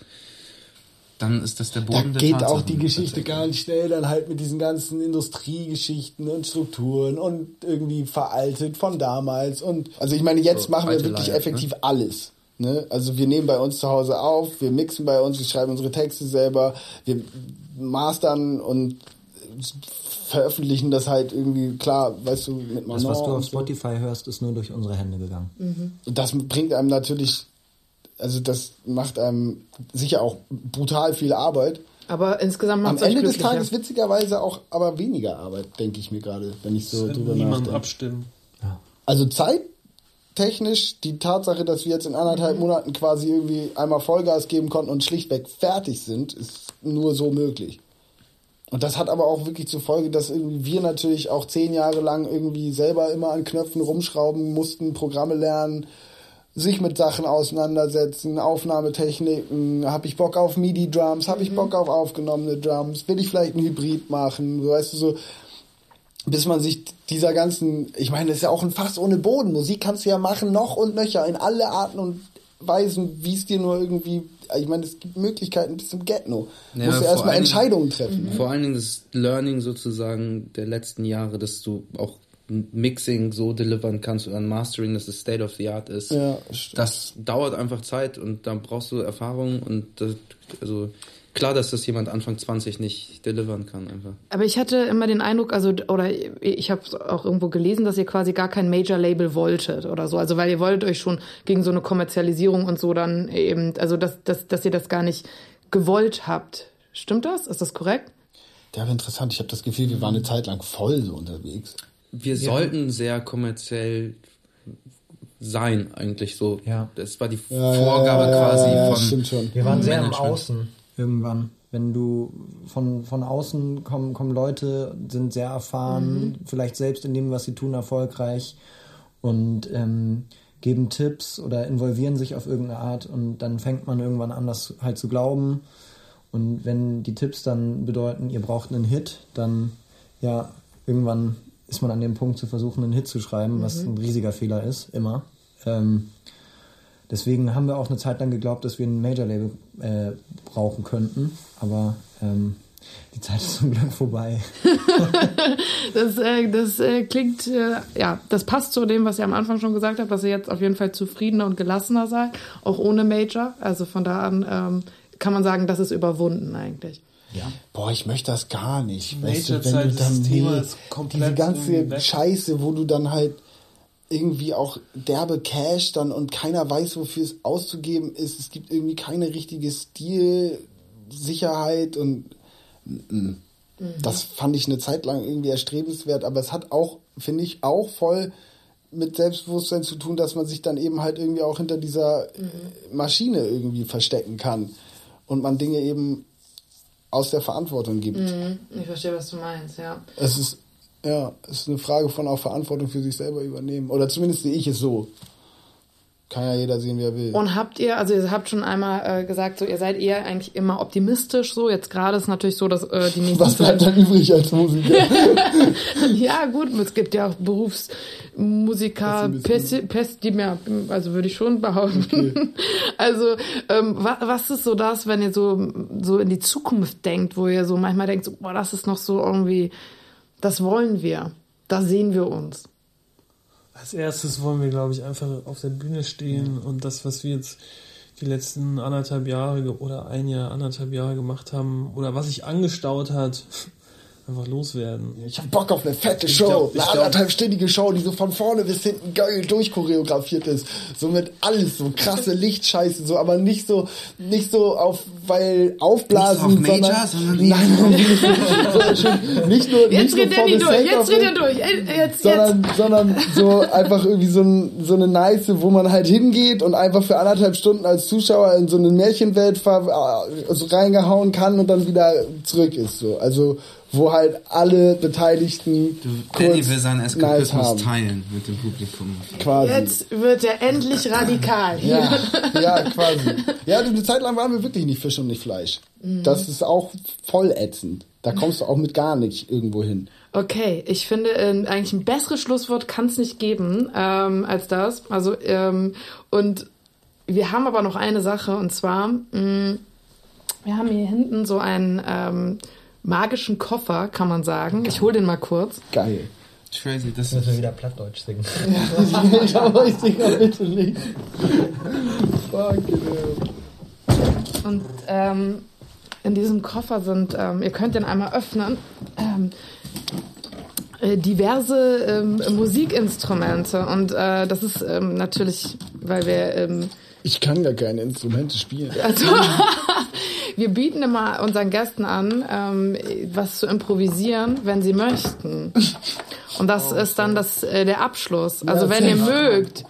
dann ist das der Da Boden der geht auch Tatsachen die Geschichte tatsächlich. ganz schnell dann halt mit diesen ganzen Industriegeschichten und Strukturen und irgendwie veraltet von damals und also ich meine, jetzt So, machen wir alte wirklich Leier, effektiv alles. Ne? Also wir nehmen bei uns zu Hause auf, wir mixen bei uns, wir schreiben unsere Texte selber, wir mastern und veröffentlichen das halt irgendwie, klar, weißt du, mit Das, was du Manon auf und so. Spotify hörst, ist nur durch unsere Hände gegangen. Und das bringt einem natürlich, also das macht einem sicher auch brutal viel Arbeit. Aber insgesamt Am macht es euch Ende des glücklicher. Tages witzigerweise auch aber weniger Arbeit, denke ich mir gerade, wenn ich so drüber niemand nachdenke. abstimmen. Also zeittechnisch, die Tatsache, dass wir jetzt in anderthalb Monaten quasi irgendwie einmal Vollgas geben konnten und schlichtweg fertig sind, ist nur so möglich. Und das hat aber auch wirklich zur Folge, dass irgendwie wir natürlich auch zehn Jahre lang irgendwie selber immer an Knöpfen rumschrauben mussten, Programme lernen, sich mit Sachen auseinandersetzen, Aufnahmetechniken, habe ich Bock auf MIDI-Drums, habe ich Bock auf aufgenommene Drums, will ich vielleicht ein Hybrid machen, so, weißt du, so, bis man sich dieser ganzen, ich meine, das ist ja auch ein Fass ohne Boden, Musik kannst du ja machen, noch und nöcher, in alle Arten und Weisen, wie es dir nur irgendwie, ich meine, es gibt Möglichkeiten bis zum Get-No. Ja, musst du vor erstmal allen- Entscheidungen treffen. Vor allen Dingen das Learning sozusagen der letzten Jahre, dass du auch ein Mixing so delivern kannst oder ein Mastering, dass es State of the Art ist. Ja, stimmt. Das dauert einfach Zeit und da brauchst du Erfahrung und das, also klar, dass das jemand Anfang zwanzig nicht delivern kann einfach. Aber ich hatte immer den Eindruck, also oder ich habe auch irgendwo gelesen, dass ihr quasi gar kein Major-Label wolltet oder so. Also weil ihr wolltet euch schon gegen so eine Kommerzialisierung und so dann eben, also dass, dass, dass ihr das gar nicht gewollt habt. Stimmt das? Ist das korrekt? Ja, aber interessant. Ich habe das Gefühl, wir waren eine Zeit lang voll so unterwegs. Wir sollten sehr kommerziell sein eigentlich so. Ja. Das war die Ja, Vorgabe ja, ja, quasi ja, ja, von stimmt schon. Wir waren sehr im Management. Außen irgendwann. Wenn du von, von außen kommen, kommen Leute, sind sehr erfahren, vielleicht selbst in dem, was sie tun, erfolgreich und ähm, geben Tipps oder involvieren sich auf irgendeine Art und dann fängt man irgendwann an, das halt zu glauben. Und wenn die Tipps dann bedeuten, ihr braucht einen Hit, dann ja, irgendwann ist man an dem Punkt zu versuchen, einen Hit zu schreiben, was ein riesiger Fehler ist, immer. Ähm, deswegen haben wir auch eine Zeit lang geglaubt, dass wir ein Major-Label äh, brauchen könnten, aber ähm, die Zeit ist zum Glück vorbei. Das, äh, das äh, klingt, äh, ja, das passt zu dem, was ihr am Anfang schon gesagt habt, dass ihr jetzt auf jeden Fall zufriedener und gelassener seid, auch ohne Major. Also von da an ähm, kann man sagen, das ist überwunden eigentlich. Boah, ich möchte das gar nicht. Weißt du, Major-Zeit, wenn du dann das Thema nee, ist komplett diese ganze irgendwie weg. Scheiße, wo du dann halt irgendwie auch derbe Cash dann und keiner weiß, wofür es auszugeben ist. Es gibt irgendwie keine richtige Stilsicherheit und mm, das fand ich eine Zeit lang irgendwie erstrebenswert, aber es hat auch, finde ich, auch voll mit Selbstbewusstsein zu tun, dass man sich dann eben halt irgendwie auch hinter dieser mhm. Maschine irgendwie verstecken kann und man Dinge eben aus der Verantwortung gibt. Mhm. Ich verstehe, was du meinst, ja. Es ist, ja, es ist eine Frage von auch Verantwortung für sich selber übernehmen. Oder zumindest sehe ich es so. Kann ja jeder sehen, wie er will. Und habt ihr, also ihr habt schon einmal äh, gesagt, so ihr seid eher eigentlich immer optimistisch, so jetzt gerade ist natürlich so, dass äh, die nächsten... Was bleibt dann übrig als Musiker? Ja gut, es gibt ja auch Berufsmusiker, Pessi- Pest, die mehr, also würde ich schon behaupten. Okay. Also ähm, wa- was ist so das, wenn ihr so so in die Zukunft denkt, wo ihr so manchmal denkt, so, boah, das ist noch so irgendwie, das wollen wir, da sehen wir uns. Als erstes wollen wir, glaube ich, einfach auf der Bühne stehen und das, was wir jetzt die letzten anderthalb Jahre ge- oder ein Jahr, anderthalb Jahre gemacht haben oder was sich angestaut hat, einfach loswerden. Ich hab Bock auf eine fette Ich Show, glaub, ich eine glaub- anderthalbstündige Show, die so von vorne bis hinten geil durchchoreografiert ist. So mit alles, so krasse Lichtscheiße, so, aber nicht so, nicht so auf, weil aufblasen, Nicht so auf Major, sondern, sondern nein, nein, nicht, so, schon, nicht nur, Jetzt nicht nur redet for er the nicht durch, sake jetzt of redet it, er durch, Ey, jetzt, jetzt. sondern, sondern so einfach irgendwie so, ein, so eine nice, wo man halt hingeht und einfach für anderthalb Stunden als Zuschauer in so eine Märchenwelt ver- so reingehauen kann und dann wieder zurück ist, so. Also, wo halt alle Beteiligten Danny kurz will seinen nice Eskapismus haben. teilen mit dem Publikum. Quasi. Jetzt wird er endlich radikal. Ja, ja, quasi. Ja, eine Zeit lang waren wir wirklich nicht Fisch und nicht Fleisch. Mhm. Das ist auch voll ätzend. Da kommst du auch mit gar nicht irgendwo hin. Okay, ich finde, äh, eigentlich ein besseres Schlusswort kann es nicht geben ähm, als das. Also, ähm, und wir haben aber noch eine Sache, und zwar, mh, wir haben hier hinten so einen ähm, magischen Koffer, kann man sagen. Ich hole den mal kurz. Geil. Crazy, das Müssen wir ist... wieder Plattdeutsch singen. Ja, ich aber ich singe bitte nicht. Fuck it. Und ähm, in diesem Koffer sind, ähm, ihr könnt den einmal öffnen, ähm, äh, diverse ähm, Musikinstrumente. Und äh, das ist ähm, natürlich, weil wir... Ähm, Ich kann gar keine Instrumente spielen. Also, wir bieten immer unseren Gästen an, ähm, was zu improvisieren, wenn sie möchten. Und das ist dann das, äh, der Abschluss. Also Ja, wenn ihr sehr mögt.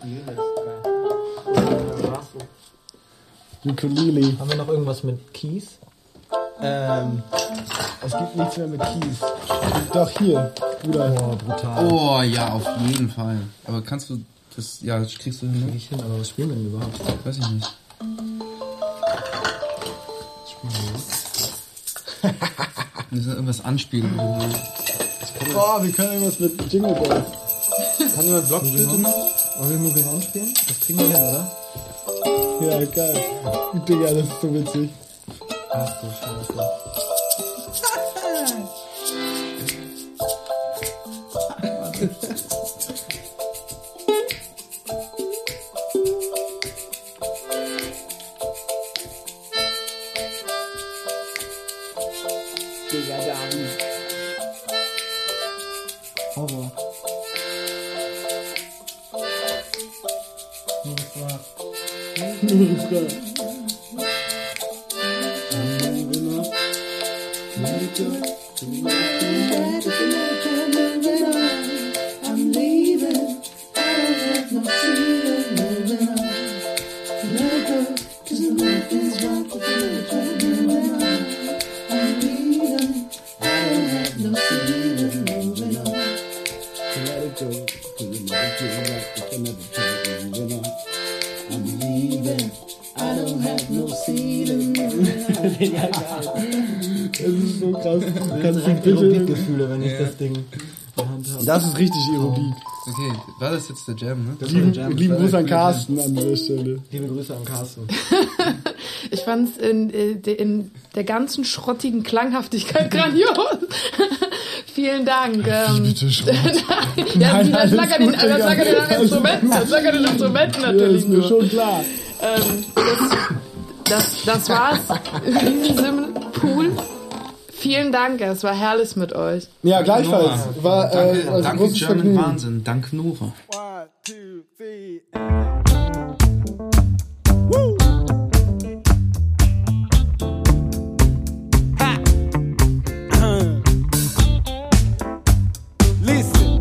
Ukulele. Haben wir noch irgendwas mit Keys? Ähm, es gibt nichts mehr mit Keys. Doch, hier. Bruder. Boah, brutal. Oh ja, auf jeden Fall. Aber kannst du das... Ja, das kriegst du hin, ne? Ich hin, aber was spielen wir denn überhaupt? Weiß ich nicht. Wir müssen irgendwas anspielen. Boah, wir können irgendwas mit Jingle Bells. Kann jemand Blockflöte noch? Wollen wir Moving On spielen? Das kriegen wir hin, oder? Ja, geil. Digga, das ist so witzig. Ach du Scheiße. Digga, Dami. Horror. I'm leaving. I don't have no feeling moving on. Let go, 'cause nothing's right with the moving on. I'm leaving. I don't have no feeling moving on. Let it go, 'cause it never feels like it's another time moving on. I'm leaving. I don't have no feeling moving on. Das ist so krass. Das Kannst du sind bitte... Aerobic-Gefühle, wenn ich das Ding in der Hand habe. Das ist richtig Aerobic. Okay, war das jetzt der Jam, ne? Das war der Jam. Lieben Gruß an Carsten an dieser Stelle. Liebe Grüße an Carsten. Ich fand es in, in der ganzen schrottigen Klanghaftigkeit grandios. Vielen Dank. Ähm, Bitte schon. ja, Nein, das alles lag an den, gut, das lag an den Digga. Instrumenten, das lag an den Instrumenten Ja, natürlich ist mir nur. schon klar. Ähm, das, das, das war's. In diesem Pool. Vielen Dank, es war herrlich mit euch. Ja, gleichfalls. War, äh, Danke, also danke großes German Vergnügen. Wahnsinn. Dank Nora. One, two. Woo! Ha! Uh. Listen.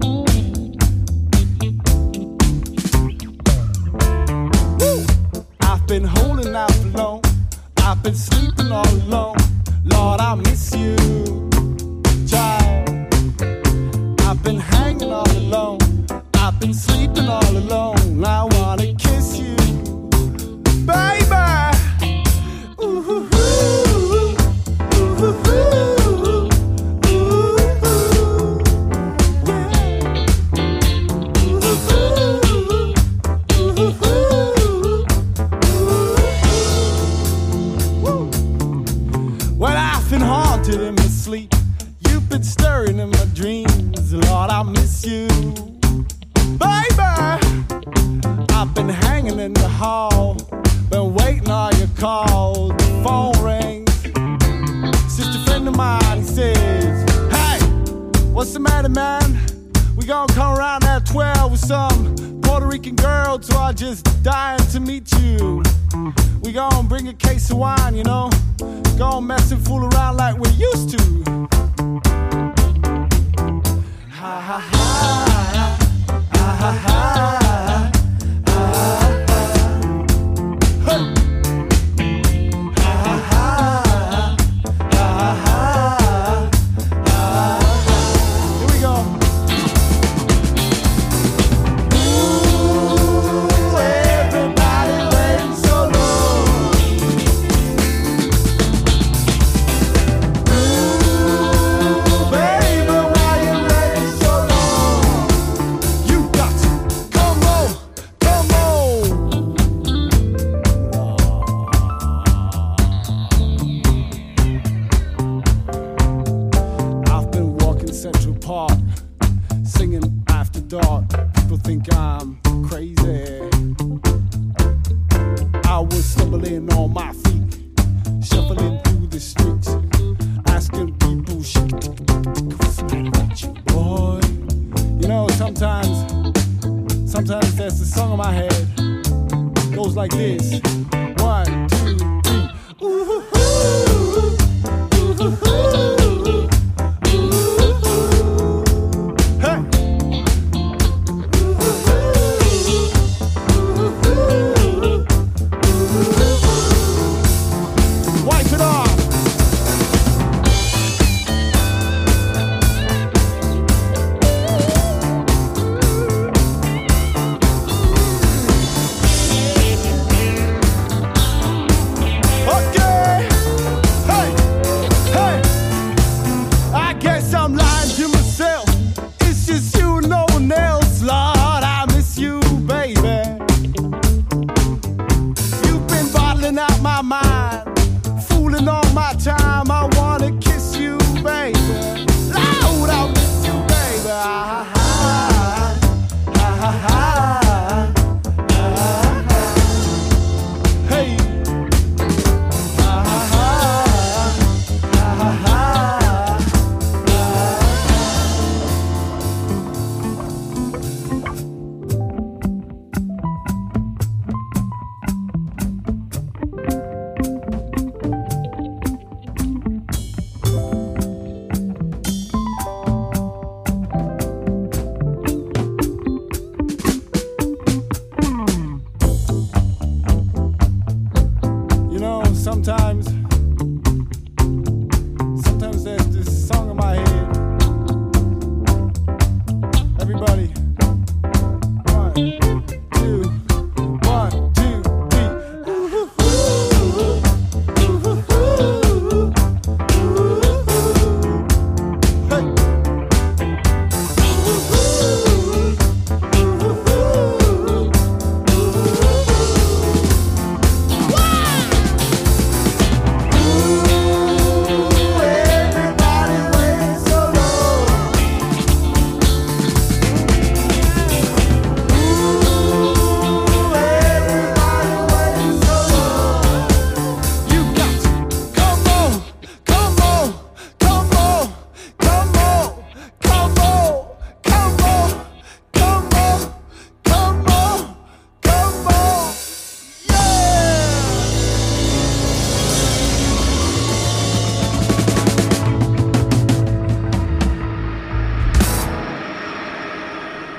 Woo! I've been holding out for long. I've been sleeping all alone. Lord, I miss you, child. I've been hanging all alone. I've been sleeping all alone. I wanna kiss you, baby. Ooh, ooh, ooh, ooh, ooh, ooh, well, I've been haunted in my sleep. You've been stirring in my dreams. Lord, I miss you, baby. I've been hanging in the hall, been waiting on your call. The phone rings. It's just a friend of mine. He says, hey, what's the matter, man? We gonna come around at twelve with some Puerto Rican girls who are just dying to meet you. We gonna bring a case of wine, you know. Gonna mess and fool around like we used to. Ha ha ha, ha ha ha, ha ha. Hey. Ha ha ha, ha ha ha. Here we go. Ooh, everybody waiting so long. Ooh, baby, why you waiting so long? You got to come on, come on. I've been walking Central Park, singing after dark. People think I'm crazy. I was stumbling on my feet, shuffling through the streets, asking people, what's the matter with you, boy? You know, sometimes, sometimes there's a song in my head, goes like this. One, two, three. Ooh, ooh, ooh, ooh, ooh, ooh. Hey. Wipe it off.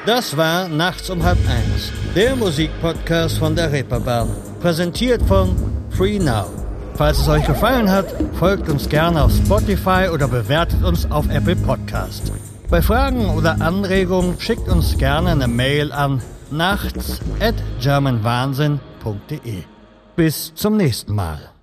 Das war Nachts um halb eins, der Musikpodcast von der Reeperbahn, präsentiert von Free Now. Falls es euch gefallen hat, folgt uns gerne auf Spotify oder bewertet uns auf Apple Podcast. Bei Fragen oder Anregungen schickt uns gerne eine Mail an nachts at german wahnsinn punkt de. Bis zum nächsten Mal.